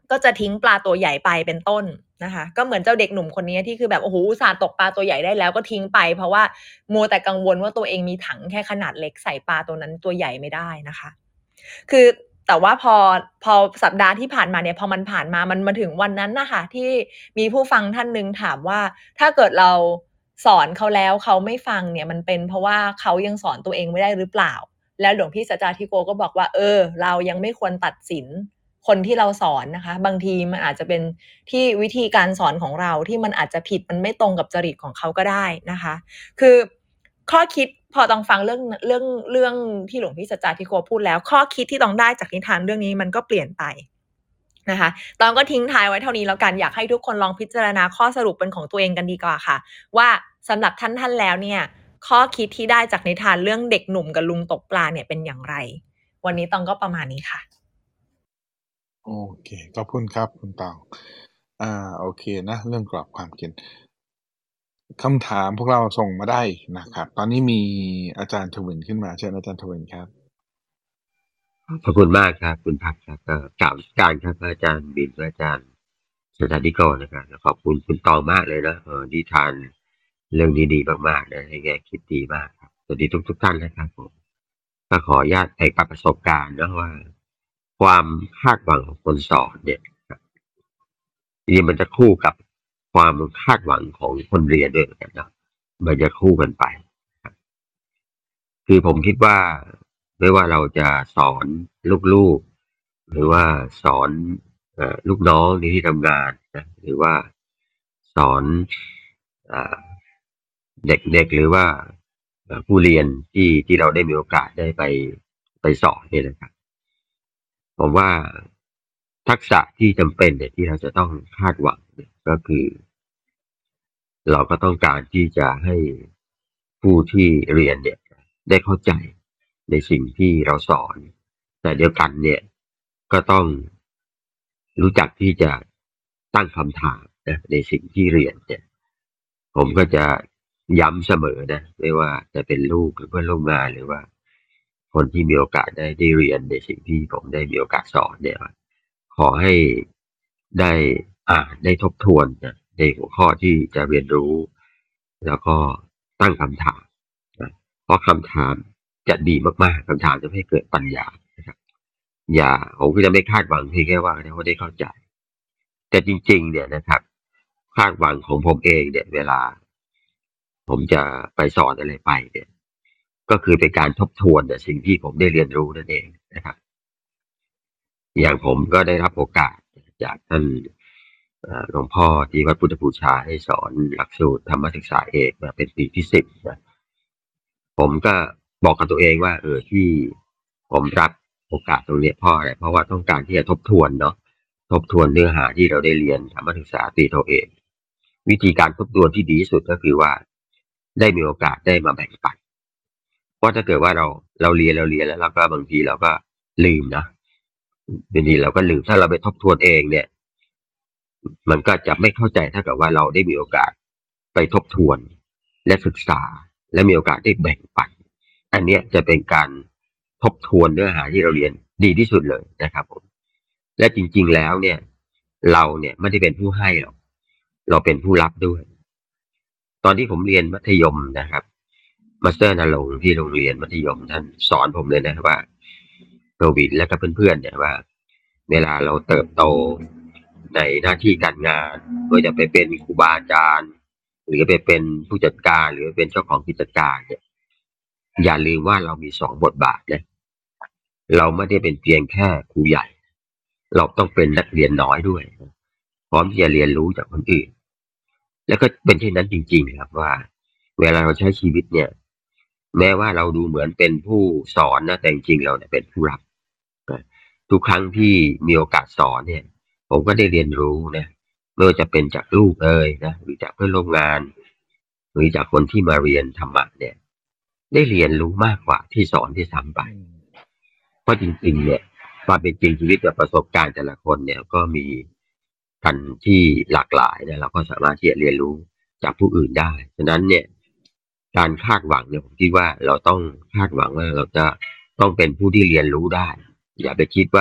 ก็จะทิ้งปลาตัวใหญ่ไปเป็นต้นนะคะก็เหมือนเจ้าเด็กหนุ่มคนนี้ที่คือแบบโอ้โหอุตส่าห์ตกปลาตัวใหญ่ได้แล้วก็ทิ้งไปเพราะว่ามัวแต่กังวลว่าตัวเองมีถังแค่ขนาดเล็กใส่ปลาตัวนั้นตัวใหญ่ไม่ได้นะคะคือแต่ว่าพอพอสัปดาห์ที่ผ่านมาเนี่ยพอมันผ่านมามันมาถึงวันนั้นนะคะที่มีผู้ฟังท่านนึงถามว่าถ้าเกิดเราสอนเขาแล้วเขาไม่ฟังเนี่ยมันเป็นเพราะว่าเขายังสอนตัวเองไม่ได้หรือเปล่าแล้วหลวงพี่สัจจาธิโกก็บอกว่าเออเรายังไม่ควรตัดสินคนที่เราสอนนะคะบางทีมันอาจจะเป็นที่วิธีการสอนของเราที่มันอาจจะผิดมันไม่ตรงกับจริตของเขาก็ได้นะคะคือข้อคิดพอต้องฟังเรื่องเรื่องเรื่องที่หลวงพี่สัจจาธิโกพูดแล้วข้อคิดที่ต้องได้จากนิทานเรื่องนี้มันก็เปลี่ยนไปนะคะตอนก็ทิ้งท้ายไว้เท่านี้แล้วกันอยากให้ทุกคนลองพิจารณาข้อสรุปเป็นของตัวเองกันดีกว่าค่ะว่าสำหรับท่านท่านแล้วเนี่ยข้อคิดที่ได้จากนิทานเรื่องเด็กหนุ่มกับลุงตกปลาเนี่ยเป็นอย่างไรวันนี้ตองก็ประมาณนี้ค่ะโอเคขอบคุณครับคุณตองอ่าโอเคนะเรื่องกรอบความคิดคำถามพวกเราส่งมาได้นะครับตอนนี้มีอาจารย์ทวินขึ้นมาเชิญอาจารย์ทวินครับขอบคุณมากครับคุณพักครับก็กล่าวการครับอาจารย์บินอาจารย์สถานิกรนะครับขอบคุณคุณตองมากเลยนะเออนิทานเรื่องดีๆมากๆนะให้แง่คิดดีมากครับสวัสดีทุกๆท่านนะครับผมก็ขออนุญาตแบ่งปันประสบการณ์นะว่าความคาดหวังของคนสอนเนี่ยจริงๆมันจะคู่กับความคาดหวังของคนเรียนด้วยเหมือนกันนะมันจะคู่กันไปคือผมคิดว่าไม่ว่าเราจะสอนลูกๆหรือว่าสอนเอ่อลูกน้องในที่ทำงานนะหรือว่าสอนอ่าเด็กๆหรือว่าเอ่อผู้เรียนที่ที่เราได้มีโอกาสได้ไปไปสอนเนี่ยนะครับผมว่าทักษะที่จำเป็นเนี่ยที่เราจะต้องคาดหวังเนี่ยก็คือเราก็ต้องการที่จะให้ผู้ที่เรียนเนี่ยได้เข้าใจในสิ่งที่เราสอนแต่เดียวกันเนี่ยก็ต้องรู้จักที่จะตั้งคำถามนะในสิ่งที่เรียนเนี่ยผมก็จะย้ำเสมอนะไม่ว่าจะเป็นลูกหรือเพื่อนร่วมงานหรือว่าคนที่มีโอกาสได้ได้เรียนในสิ่งที่ผมได้มีโอกาสสอนเนี่ยขอให้ได้อ่านได้ทบทวนนะในหัวข้อที่จะเรียนรู้แล้วก็ตั้งคำถามนะเพราะคำถามจะดีมากๆคำถามจะให้เกิดปัญญานะครับอย่าผมก็จะไม่คาดหวังเพียงแค่ว่าเขาได้เข้าใจแต่จริงๆเนี่ยนะครับคาดหวังของผมเองเนี่ยเวลาผมจะไปสอนอะไรไปเนี่ยก็คือเป็นการทบทวนแต่สิ่งที่ผมได้เรียนรู้นั่นเองนะครับอย่างผมก็ได้รับโอกาสจากท่านเอ่อหลวงพ่อที่วัดพุทธบูชาให้สอนหลักสูตรธรรมศึกษาเอกมาเป็นปีที่สิบนะผมก็บอกกับตัวเองว่าเออที่ผมรับโอกาสตรงนี้เพราะอะไรเพราะว่าต้องการที่จะทบทวนเนาะทบทวนเนื้อหาที่เราได้เรียนธรรมศึกษาตรีโทเอกวิธีการทบทวนที่ดีที่สุดก็คือว่าได้มีโอกาสได้มาแบ่งปันเพราะถ้าเกิดว่าเราเราเรียนเราเรียนแล้วเราก็บางทีเราก็ลืมนะบางทีเราก็ลืมถ้าเราไปทบทวนเองเนี่ยมันก็จะไม่เข้าใจถ้าเกิดว่าเราได้มีโอกาสไปทบทวนและศึกษาและมีโอกาสได้แบ่งปันอันเนี้ยจะเป็นการทบทวนเนื้อหาที่เราเรียนดีที่สุดเลยนะครับผมและจริงๆแล้วเนี่ยเราเนี่ยไม่ได้เป็นผู้ให้หรอกเราเป็นผู้รับด้วยตอนที่ผมเรียนมัธยมนะครับมาสเตอร์นรงค์ที่โรงเรียนมัธยมท่านสอนผมเลยนะว่าโรวินและก็เพื่อนๆเนี่ยว่าเวลาเราเติบโตในหน้าที่การงานก็จะไปเป็นครูบาอาจารย์หรือไปเป็นผู้จัดการหรือเป็นเจ้าของกิจการเนี่ยอย่าลืมว่าเรามีสองบทบาทนะเราไม่ได้เป็นเพียงแค่ครูใหญ่เราต้องเป็นนักเรียนน้อยด้วยพร้อมที่จะเรียนรู้จากคนอื่นแล้วก็เป็นเช่นนั้นจริงๆครับว่าเวลาเราใช้ชีวิตเนี่ยแม้ว่าเราดูเหมือนเป็นผู้สอนนะแต่จริงๆเราเนี่ยเป็นผู้รับทุกครั้งที่มีโอกาสสอนเนี่ยผมก็ได้เรียนรู้นะไม่ว่าจะเป็นจากลูกเอ่ยนะหรือจากเพื่อนร่วมงานหรือจากคนที่มาเรียนธรรมะเนี่ยได้เรียนรู้มากกว่าที่สอนที่ซ้ำไปเพราะจริงๆเนี่ยความเป็นจริงชีวิตกับประสบการณ์แต่ละคนเนี่ยก็มีกันที่หลากหลายนะเราก็สามารถที่จะเรียนรู้จากผู้อื่นได้ฉะนั้นเนี่ยการคาดหวังเนี่ยผมคิดว่าเราต้องคาดหวังว่าเราจะต้องเป็นผู้ที่เรียนรู้ได้อย่าไปคิดว่า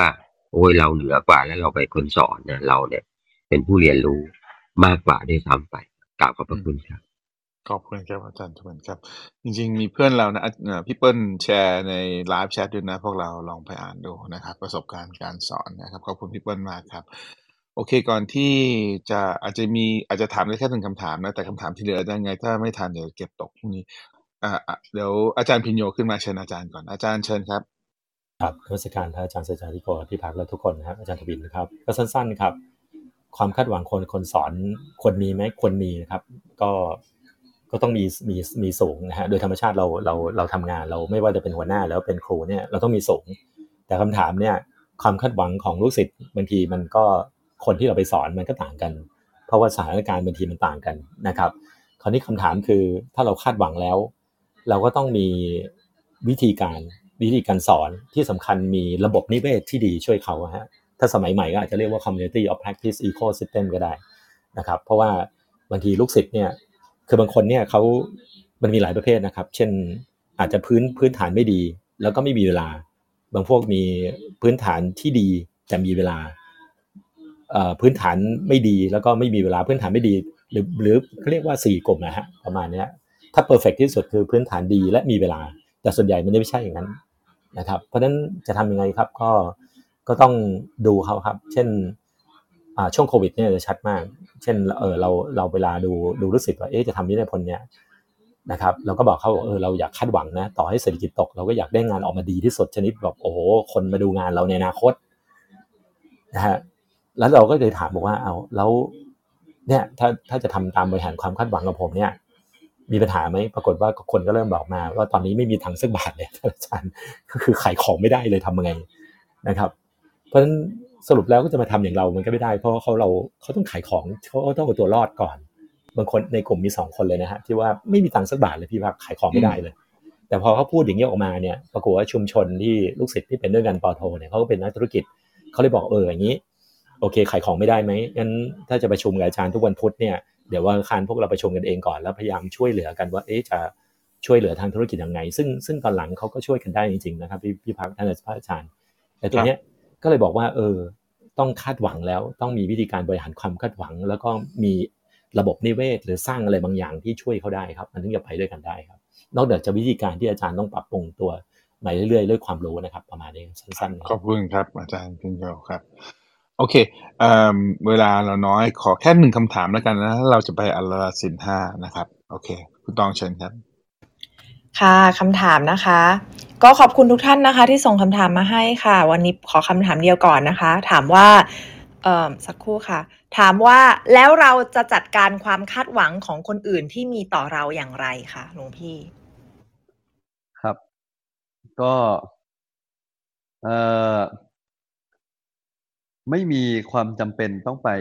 โอ้ยเราเหนือกว่าแล้วเราไปคนสอนนะเราเนี่ยเป็นผู้เรียนรู้มากกว่าด้วยซ้ำไปกราบขอบพอืระมคุณครับขอบคุณครับอาจารย์ทวนครับ จริง ๆ มีเพื่อนเรานะ อ เอ่อ พี่เปิ้ลแชร์ในไลฟ์แชตด้วยนะ พวกเราลองไปอ่านดูนะครับ ประสบการณ์การสอนนะครับ ขอบคุณพี่เปิ้ลมากครับ โอเค ก่อนที่จะ อาจจะมี อาจจะถามได้แค่หนึ่งคำถามนะ แต่คำถามที่เหลือยังไงถ้าไม่ทันเดี๋ยวเก็บตกพรุ่งนี้ อ่า อะ เดี๋ยวอาจารย์พิญโญขึ้นมา เชิญอาจารย์ก่อน อาจารย์เชิญครับครับนมัสการพระอาจารย์สัจจาธิโกที่พักและทุกคนนะครับอาจารย์ทวินนะครับก็สั้นๆครับความคาดหวังคนคนสอนควรมีไหมควรมีนะครับก็ก็ต้องมีมีมีสูงนะฮะโดยธรรมชาติเราเราเราทำงานเราไม่ว่าจะเป็นหัวหน้าแล้วเป็นครูเนี่ยเราต้องมีสูงแต่คำถามเนี่ยความคาดหวังของลูกศิษย์บางทีมันก็คนที่เราไปสอนมันก็ต่างกันเพราะว่าสถานการณ์บางทีมันต่างกันนะครับคราวนี้คำถามคือถ้าเราคาดหวังแล้วเราก็ต้องมีวิธีการวิธีการสอนที่สำคัญมีระบบนิเวศที่ดีช่วยเขาฮะถ้าสมัยใหม่ก็อาจจะเรียกว่า community of practice ecosystem ก็ได้นะครับเพราะว่าบางทีลูกศิษย์เนี่ยคือบางคนเนี่ยเขามันมีหลายประเภทนะครับเช่นอาจจะพื้นพื้นฐานไม่ดีแล้วก็ไม่มีเวลาบางพวกมีพื้นฐานที่ดีแต่มีเวลาเอ่อพื้นฐานไม่ดีแล้วก็ไม่มีเวลาพื้นฐานไม่ดีหรือหรือเขาเรียกว่าสี่กลุ่มนะฮะประมาณนี้ถ้า perfect ที่สุดคือพื้นฐานดีและมีเวลาแต่ส่วนใหญ่มันไม่ใช่อย่างนั้นนะครับเพราะฉะนั้นจะทำยังไงครับก็ก็ต้องดูเขาครับเช่นช่วงโควิดเนี่ยจะชัดมากเช่นเออเราเราเวลาดูดูรู้สึกว่าเอ๊ะจะทำวินัยพลเนี่ยนะครับเราก็บอกเขาเออเราอยากคาดหวังนะต่อให้เศรษฐกิจตกเราก็อยากได้งานออกมาดีที่สุดชนิดแบบโอ้โหคนมาดูงานเราในอนาคตนะฮะแล้วเราก็เลยถามบอกว่าเอาแล้วเนี่ยถ้าถ้าจะทำตามบริหารความคาดหวังกับผมเนี่ยมีปัญหาไหมปรากฏว่าคนก็เริ่มบอกมาว่าตอนนี้ไม่มีทางสักบาทเลยอาจารย์ก็คือขายของไม่ได้เลยทำยังไงนะครับเพราะฉะนั้นสรุปแล้วก็จะมาทำอย่างเรามันก็ไม่ได้เพราะเขาเราเขาต้องขายของเขาต้องเอาตัวรอดก่อนบางคนในกลุ่มมีสองคนเลยนะฮะที่ว่าไม่มีตังค์สักบาทเลยพี่ว่าขายของไม่ได้เลยแต่พอเขาพูดอย่างนี้ออกมาเนี่ยปรากฏว่าชุมชนที่ลูกศิษย์ที่เป็นด้วยกันปอโทเนี่ยเขาก็เป็นนักธุรกิจเขาเลยบอกเอออย่างนี้โอเคขายของไม่ได้ไหมงั้นถ้าจะประชุมกับอาจารย์ทุกวันพุธเนี่ยเดี๋ยววันอังคารพวกเราประชุมกันเองก่อนแล้วพยายามช่วยเหลือกันว่าเอ๊ะจะช่วยเหลือทางธุรกิจยังไงซึ่งซึ่งตอนหลังเขาก็ช่วยกันได้จริงๆนะครับพี่พี่พักท่านอาจารย์แต่ตัวเนี้ยก็เลยบอกว่าเออต้องคาดหวังแล้วต้องมีวิธีการบริหารความคาดหวังแล้วก็มีระบบนิเวศหรือสร้างอะไรบางอย่างที่ช่วยเขาได้ครับมันถึงจะไปด้วยกันได้ครับนอกจากจะวิธีการที่อาจารย์ต้องปรับปรุงตัวใหม่เรื่อยๆด้วยความรู้นะครับประมาณนี้สั้นๆขอบคุณครับอาจารย์พิญโญครับโอเคเอ่อเวลาเราน้อยขอแค่หนึ่งคำถามแล้วกันนะเราจะไปอัลลาศีลห้านะครับโอเคคุณตองเชิญครับค่ะคำถามนะคะก็ขอบคุณทุกท่านนะคะที่ส่งคำถามมาให้ค่ะวันนี้ขอคำถามเดียวก่อนนะคะถามว่าเอ่อสักครู่ค่ะถามว่าแล้วเราจะจัดการความคาดหวังของคนอื่นที่มีต่อเราอย่างไรคะหลวงพี่ครับก็เอ่อไม่มีความจำเป็นต้องไป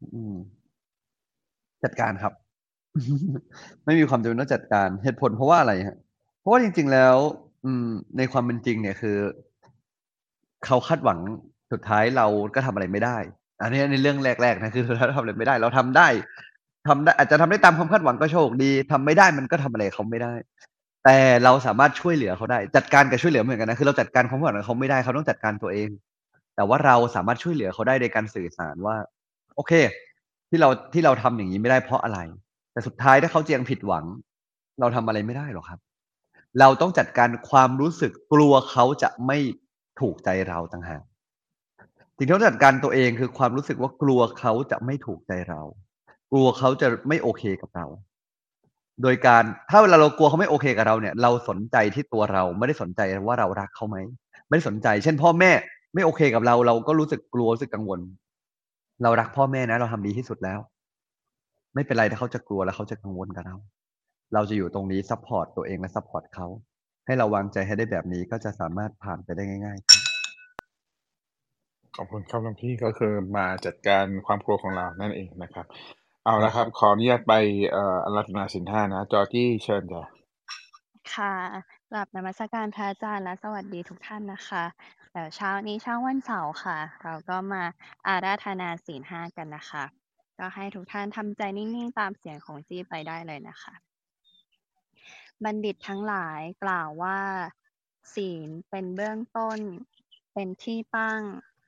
จัดการครับ ไม่มีความจำเป็นต้องจัดการเหตุผลเพราะว่าอะไรฮะเพราะว่าจริงๆแล้ว อืม ในความเป็นจริงเนี่ยคือเขาคาดหวังสุดท้ายเราก็ทำอะไรไม่ได้อันนี้ในเรื่องแรกๆนะคือเราทำอะไรไม่ได้เราทำได้ทำได้อาจจะทำได้ตามความคาดหวังก็โชคดีทำไม่ได้มันก็ทำอะไรเขาไม่ได้แต่เราสามารถช่วยเหลือเขาได้จัดการกับช่วยเหลือเหมือนกันนะคือเราจัดการความคาดหวังของเขาไม่ได้เขาต้องจัดการตัวเองแต่ว่าเราสามารถช่วยเหลือเขาได้ในการสื่อสารว่าโอเคที่เราที่เราทำอย่างนี้ไม่ได้เพราะอะไรแต่สุดท้ายถ้าเขาจะยังผิดหวังเราทำอะไรไม่ได้หรอกครับเราต้องจัดการความรู้สึกกลัวเขาจะไม่ถูกใจเราต่างหากสิ่งที่เราจัดการตัวเองคือความรู้สึกว่ากลัวเขาจะไม่ถูกใจเรากลัวเขาจะไม่โอเคกับเราโดยการถ้าเวลาเรากลัวเขาไม่โอเคกับเราเนี่ยเราสนใจที่ตัวเราไม่ได้สนใจว่าเรารักเขาไหมไม่ได้สนใจเช่นพ่อแม่ไม่โอเคกับเราเราก็รู้สึกกลัวรู้สึกกังวลเรารักพ่อแม่นะเราทำดีที่สุดแล้วไม่เป็นไรถ้าเขาจะกลัวแล้วเขาจะกังวลกับเราเราจะอยู่ตรงนี้ซัพพอร์ตตัวเองและซัพพอร์ตเขาให้เราวางใจให้ได้แบบนี้ก็จะสามารถผ่านไปได้ง่ายๆครับขอบคุณครับหลวงพี่ก็คือมาจัดการความกลัวของเรานั่นเองนะครับเอาละครับขออนุญาตไปเอ่ออาราธนาศีลห้านะจอร์จี้เชิญจ้ะค่ะกราบนมัสการพระอาจารย์และสวัสดีทุกท่านนะคะเดี๋ยวเช้านี้เช้าวันเสาร์ค่ะเราก็มาอาราธนาศีลห้ากันนะคะก็ให้ทุกท่านทำใจนิ่งๆตามเสียงของจี้ไปได้เลยนะคะบัณฑิตทั้งหลายกล่าวว่าศีลเป็นเบื้องต้นเป็นที่ตั้ง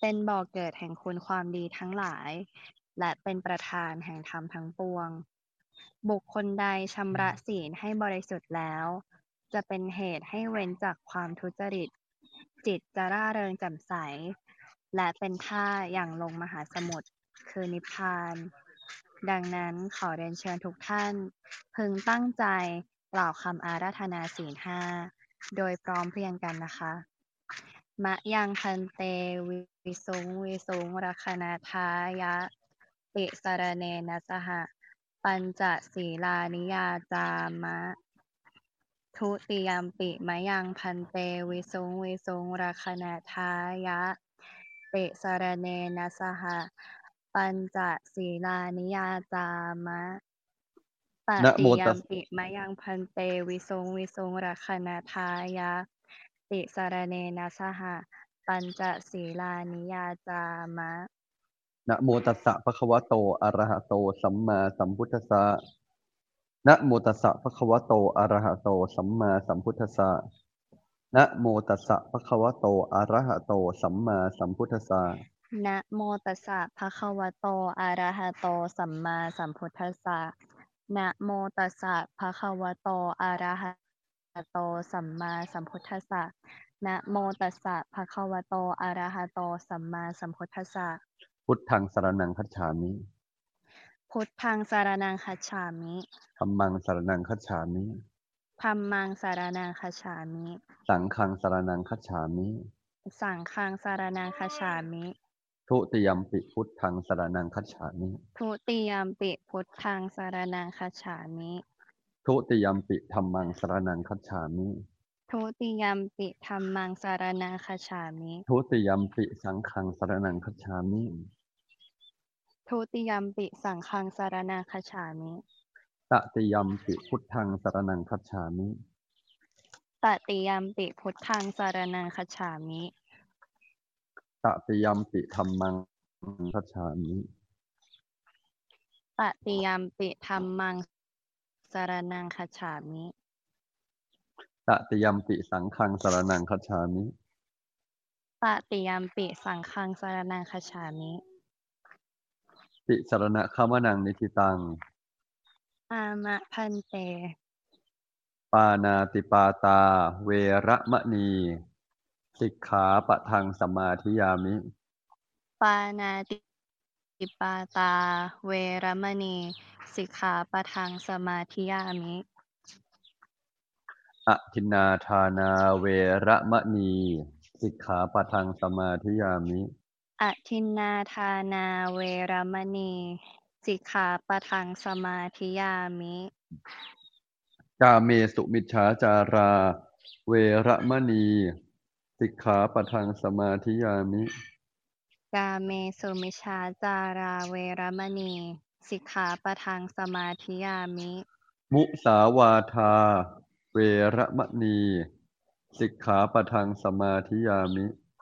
เป็นบ่อเกิดแห่งคุณความดีทั้งหลาย และเป็นประธานแห่งธรรมทั้งปวง บุคคลใดชำระศีลให้บริสุทธิ์แล้ว จะเป็นเหตุให้เว้นจากความทุจริต จิตจะร่าเริงแจ่มใส และเป็นท่าอย่างลงมหาสมุทรคือนิพพาน ดังนั้นขอเรียนเชิญทุกท่านพึงตั้งใจกล่าวคำอาราธนาศีลห้าโดยพร้อมเพรียงกันนะคะมะยังพันเตวิสุงวิสุงรัคนาทายะติสรเนนะสหปัญจศีลานิยาจามะทุติยัมปิมะยังพันเตวิสุงวิสุงรัคนาทายะติสรเนนะสหปัญจศีลานิยาจามะตนะติโมยัตัมสปิมะยังพันเตวิสุงวิสุงรัคนาทายะติสรเนนะสหปัญจศีลานิยาจามะนะโมตัสสะภะคะวะโตอะระหะโตสัมมาสัมพุทธัสสะนะโมตัสสะภะคะวะโตอะระหะโตสัมมาสัมพุทธัสสะนะโมตัสสะภะคะวะโตอะระหะโตสัมมาสัมพุทธัสสะนะโมตัสสะภะคะวะโตอะระหะโตสัมมาสัมพุทธัสสะนะโมตัสสะภะคะวะโตอะระหะโตสัมมาสัมพุทธัสสะนะโมตัสสะภะคะวะโตอะระหะโตสัมมาสัมพุทธัสสะพุทธังสรณังคัจฉามิพุทธังสารนังคัจฉามิธัมมังสรณังคัจฉามิธัมมังสารนังคัจฉามิสังฆังสรณังคัจฉามิสังฆังสารนังคัจฉามิทุติยัมปิพุทธังสรณังคัจฉามิทุติยัมปิพุทธังสารนังคัจฉามิทุติยัมปิธัมมังสรณังคัจฉามิทุติยัมปิธัมมังสารนังคัจฉามิทุติยัมปิสังฆังสรณังคัจฉามิทุติยัมปิสังฆังสารนังคัจฉามิตติยัมปิพุทธังสรณังคัจฉามิตติยัมปิพุทธังสารนังคัจฉามิตติยัมปิธัมมังคัจฉามิตติยัมปิธัมมังสารนังคัจฉามิตติยัมปิสังฆังสรณังคัจฉามิตติยัมปิสังฆังสารนังคัจฉามิติสรณะขามนังนิทิตังอามะพันเตปานาติปาตา เวระมะนี สิกขาปะทังสมาธิยามิปานาติปาตา เวรมณี สิกขาปะทังสมาธิยามิอทินนาทานาเวระมะนี สิกขาปะทังสมาธิยามิอทินนาทานาเวรมณี สิกขาปะทังสมาธิยามิกาเมสุมิจฉาจารา เวระมณี สิกขาปะทังสมาธิยามิกาเมสุมิชฌาจาราเวรมณี สิกขาปะทังสมาธิยามิมุสาวาทา เวระมณี สิกขาปะทังสมาธิยามิ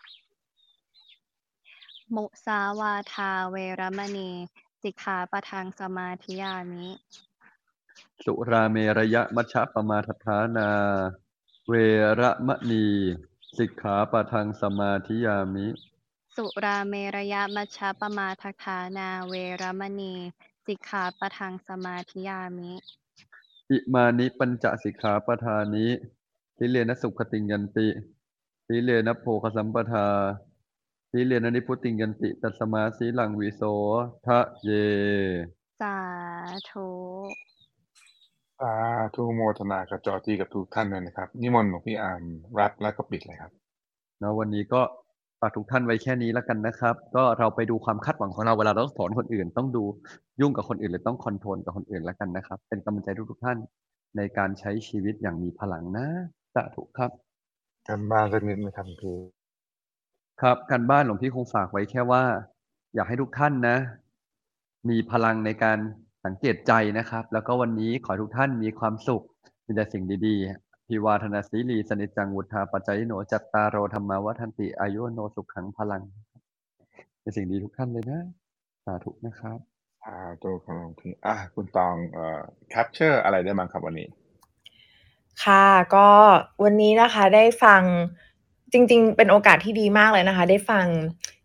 มุสาวาทาเวรมณี สิกขาปะทังสมาธิยามิสุราเมระยะมัชฌะปมาทฐานา เวระมณี สิกขาปะทังสมาธิยามิสุราเมรยมัชฌปมาทัฏฐานาเวรมณี สิกขาปะทังสมาธิยามิอิมานิปัญจสิกขาปทานิทิเลนะสุขติงยันติทิเลนะโภคสัมปทาทิเลนะนิพุติงยันติตัสมาสีลังวิโสทะเยสาธุสาธุโมทนากับจอจีกับทุกท่านเลยนะครับนิมนต์หลวงพี่อามรับแล้วก็ปิดเลยครับนะวันนี้ก็ฝากทุกท่านไว้แค่นี้แล้วกันนะครับ ก็เราไปดูความคาดหวังของเราเวลาเราสอนคนอื่น ต้องดูยุ่งกับคนอื่นหรือต้องคอนโทรลกับคนอื่นแล้วกันนะครับ เป็นกำลังใจทุกๆท่านในการใช้ชีวิตอย่างมีพลังนะสาธุครับกันบ้านสักนิดไหมครับพี่ครับการบ้านหลวงพี่คงฝากไว้แค่ว่า อยากให้ทุกท่านนะ มีพลังในการสังเกตใจนะครับ แล้วก็วันนี้ขอให้ทุกท่านมีความสุขมีแต่สิ่งดีๆพิวาทนาสีลีสนิจจังวุฒาปัจจยโนจัตตารโรธรรมาวัฒนติอายุโนสุขังพลังเป็นสิ่งดีทุกท่านเลยนะสาธุนะครับสาธุครับหลวงพี่อ่ะคุณตองเอ่อ capture อะไรได้บ้างครับวันนี้ค่ะก็วันนี้นะคะได้ฟังจริงๆเป็นโอกาสที่ดีมากเลยนะคะ ได้ฟัง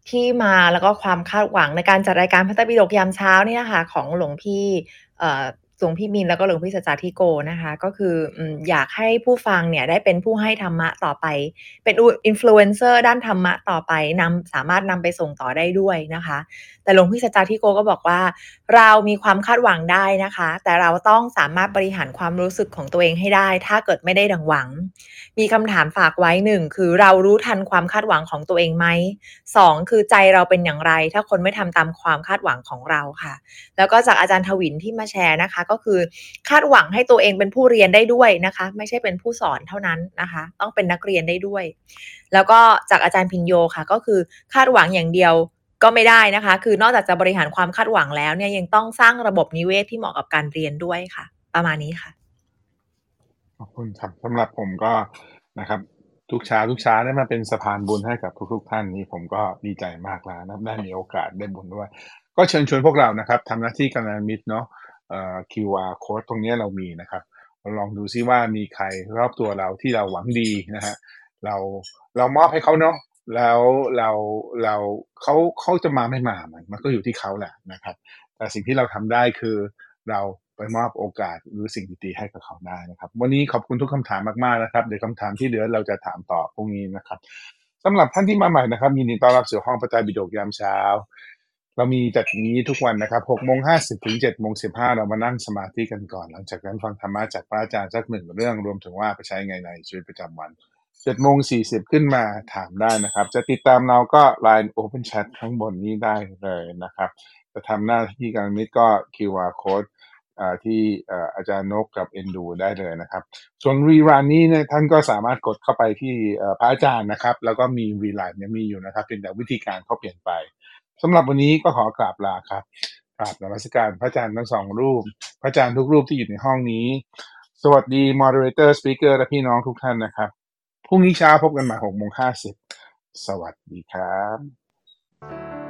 ที่มาแล้วก็ความคาดหวังในการจัดรายการพระไตรปิฎกยามเช้าเนี่ยค่ะของหลวงพี่เอ่อหลวงพี่มินแล้วก็หลวงพี่สัจจาธิโกนะคะก็คืออืมอยากให้ผู้ฟังเนี่ยได้เป็นผู้ให้ธรรมะต่อไปเป็นอินฟลูเอนเซอร์ด้านธรรมะต่อไปนำสามารถนำไปส่งต่อได้ด้วยนะคะแต่หลวงพี่สัจจาธิโกก็บอกว่าเรามีความคาดหวังได้นะคะแต่เราต้องสามารถบริหารความรู้สึกของตัวเองให้ได้ถ้าเกิดไม่ได้ดังหวังมีคำถามฝากไว้หนึ่งคือเรารู้ทันความคาดหวังของตัวเองไหมสองคือใจเราเป็นอย่างไรถ้าคนไม่ทำตามความคาดหวังของเราค่ะแล้วก็จากอาจารย์ทวินที่มาแชร์นะคะก็คือคาดหวังให้ตัวเองเป็นผู้เรียนได้ด้วยนะคะไม่ใช่เป็นผู้สอนเท่านั้นนะคะต้องเป็นนักเรียนได้ด้วยแล้วก็จากอาจารย์พิญโยค่ะก็คือคาดหวังอย่างเดียวก็ไม่ได้นะคะคือนอกจากจะบริหารความคาดหวังแล้วเนี่ยยังต้องสร้างระบบนิเวศที่เหมาะกับการเรียนด้วยค่ะประมาณนี้ค่ะขอบคุณครับสำหรับผมก็นะครับทุกเช้าทุกเช้าได้มาเป็นสะพานบุญให้กับทุกๆท่านนี้ผมก็ดีใจมากแล้วนะได้มีโอกาสได้บุญด้วยก็เชิญชวนพวกเรานะครับทำหน้าที่กัลยาณมิตรเนาะเอ่อ คิว อาร์ code ตรงนี้เรามีนะครับเราลองดูซิว่ามีใครรอบตัวเราที่เราหวังดีนะฮะเราเรามอบให้เขาเนาะแล้วเราเราเขาเขาจะมาไม่มามันมันก็อยู่ที่เขาแหละนะครับแต่สิ่งที่เราทำได้คือเราไปมอบโอกาสหรือสิ่งดีๆให้กับเขาได้นะครับวันนี้ขอบคุณทุกคำถามมากๆนะครับเดี๋ยวคำถามที่เหลือเราจะถามต่อพรุ่งนี้นะครับสำหรับท่านที่มาใหม่นะครับยินดีต้อนรับสู่ห้องพระไตรปิฎกยามเช้าเรามีจัดอย่างนี้ทุกวันนะครับหกโมงห้าสิบถึงเจ็ดโมงสิบห้าเรามานั่งสมาธิกันก่อนหลังจากนั้นฟังธรรมะจากพระอาจารย์สักหนึ่งเรื่องรวมถึงว่าไปใช้ไงในชีวิตประจำวันเจ็ดโมงสี่สิบขึ้นมาถามได้นะครับจะติดตามเราก็ ไลน์ Open Chat ข้างบนนี้ได้เลยนะครับจะทำหน้าที่การมิตรก็ คิว อาร์ Code อ่าที่เอ่ออาจารย์นกกับเอ็นดูได้เลยนะครับส่วนรีรันนี้เนี่ยท่านก็สามารถกดเข้าไปที่เอ่อพระอาจารย์นะครับแล้วก็มีรีไลน์เนี่ยมีอยู่นะครับเพียงแต่วิธีการเขาเปลี่ยนไปสำหรับวันนี้ก็ขอกราบลาครับกราบนมัสการพระอาจารย์ทั้งสองรูปพระอาจารย์ทุกรูปที่อยู่ในห้องนี้สวัสดี Moderator Speaker และพี่น้องทุกท่านนะครับพรุ่งนี้เช้าพบกันใหม่หกโมงห้าสิบสวัสดีครับ